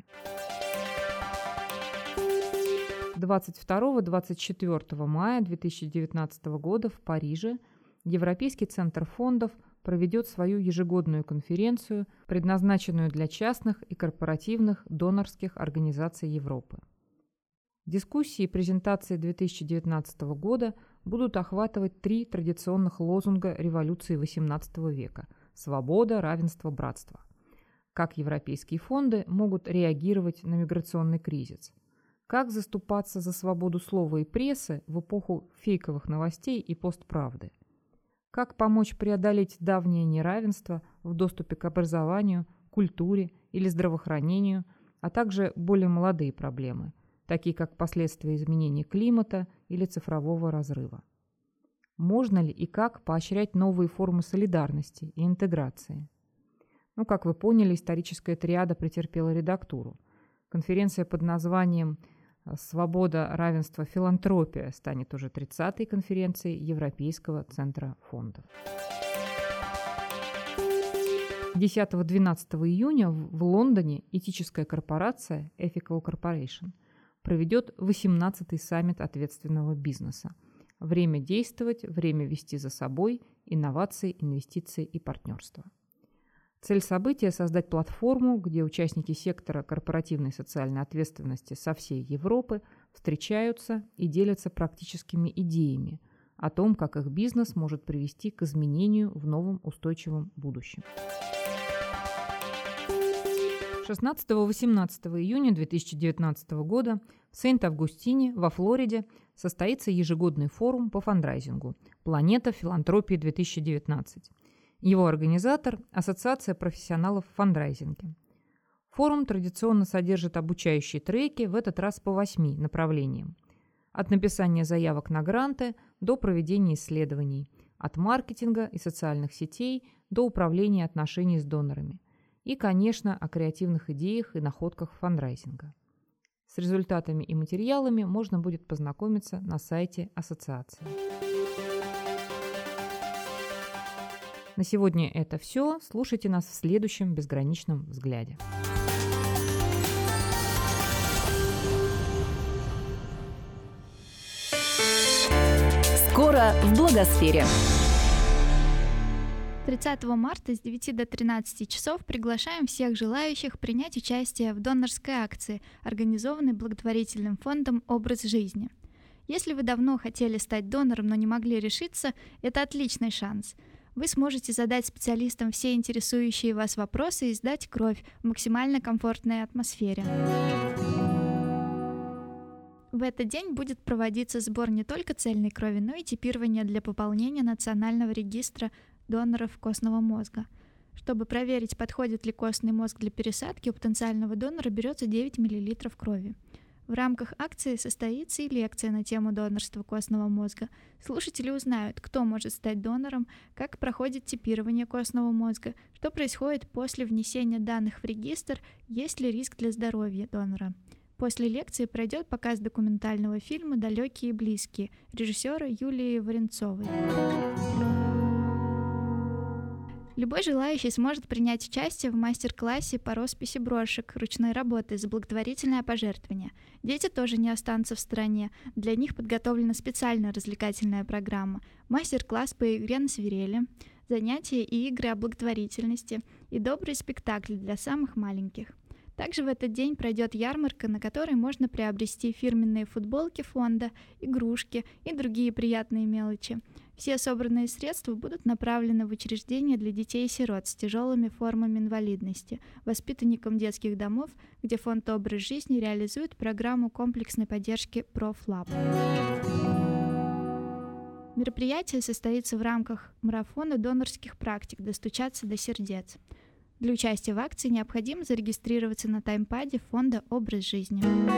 22-24 мая 2019 года в Париже Европейский центр фондов проведет свою ежегодную конференцию, предназначенную для частных и корпоративных донорских организаций Европы. Дискуссии и презентации 2019 года будут охватывать 3 традиционных лозунга революции XVIII века – свобода, равенство, братство. Как европейские фонды могут реагировать на миграционный кризис? Как заступаться за свободу слова и прессы в эпоху фейковых новостей и постправды? Как помочь преодолеть давнее неравенство в доступе к образованию, культуре или здравоохранению, а также более молодые проблемы, такие как последствия изменения климата или цифрового разрыва? Можно ли и как поощрять новые формы солидарности и интеграции? Как вы поняли, историческая триада претерпела редактуру. Конференция под названием «Свобода, равенство, филантропия» станет уже 30-й конференцией Европейского центра фондов. 10-12 июня в Лондоне этическая корпорация Ethical Corporation проведет 18-й саммит ответственного бизнеса. Время действовать, время вести за собой, инновации, инвестиции и партнерство. Цель события – создать платформу, где участники сектора корпоративной социальной ответственности со всей Европы встречаются и делятся практическими идеями о том, как их бизнес может привести к изменению в новом устойчивом будущем. 16-18 июня 2019 года в Сент-Августине во Флориде состоится ежегодный форум по фандрайзингу «Планета филантропии 2019». Его организатор – Ассоциация профессионалов в фандрайзинге. Форум традиционно содержит обучающие треки, в этот раз по 8 направлениям. От написания заявок на гранты до проведения исследований, от маркетинга и социальных сетей до управления отношений с донорами. И, конечно, о креативных идеях и находках фандрайзинга. С результатами и материалами можно будет познакомиться на сайте ассоциации. На сегодня это все. Слушайте нас в следующем безграничном взгляде. Скоро в Благосфере. 30 марта с 9 до 13 часов приглашаем всех желающих принять участие в донорской акции, организованной благотворительным фондом «Образ жизни». Если вы давно хотели стать донором, но не могли решиться, это отличный шанс. Вы сможете задать специалистам все интересующие вас вопросы и сдать кровь в максимально комфортной атмосфере. В этот день будет проводиться сбор не только цельной крови, но и типирование для пополнения Национального регистра доноров костного мозга. Чтобы проверить, подходит ли костный мозг для пересадки, у потенциального донора берется 9 мл крови. В рамках акции состоится и лекция на тему донорства костного мозга. Слушатели узнают, кто может стать донором, как проходит типирование костного мозга, что происходит после внесения данных в регистр, есть ли риск для здоровья донора. После лекции пройдет показ документального фильма «Далекие и близкие» режиссера Юлии Варенцовой. Любой желающий сможет принять участие в мастер-классе по росписи брошек ручной работы за благотворительное пожертвование. Дети тоже не останутся в стороне. Для них подготовлена специальная развлекательная программа, мастер-класс по игре на свирели, занятия и игры о благотворительности и добрые спектакли для самых маленьких. Также в этот день пройдет ярмарка, на которой можно приобрести фирменные футболки фонда, игрушки и другие приятные мелочи. Все собранные средства будут направлены в учреждения для детей и сирот с тяжелыми формами инвалидности, воспитанникам детских домов, где фонд «Образ жизни» реализует программу комплексной поддержки «Профлаб». Мероприятие состоится в рамках марафона донорских практик «Достучаться до сердец». Для участия в акции необходимо зарегистрироваться на таймпаде фонда «Образ жизни».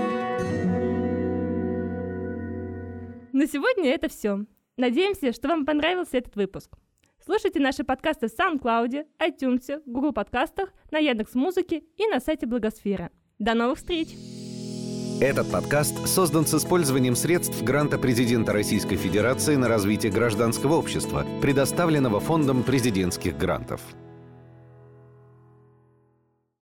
На сегодня это все. Надеемся, что вам понравился этот выпуск. Слушайте наши подкасты в SoundCloud, iTunes, Google подкастах, на Яндекс.Музыке и на сайте Благосфера. До новых встреч! Этот подкаст создан с использованием средств гранта президента Российской Федерации на развитие гражданского общества, предоставленного Фондом президентских грантов.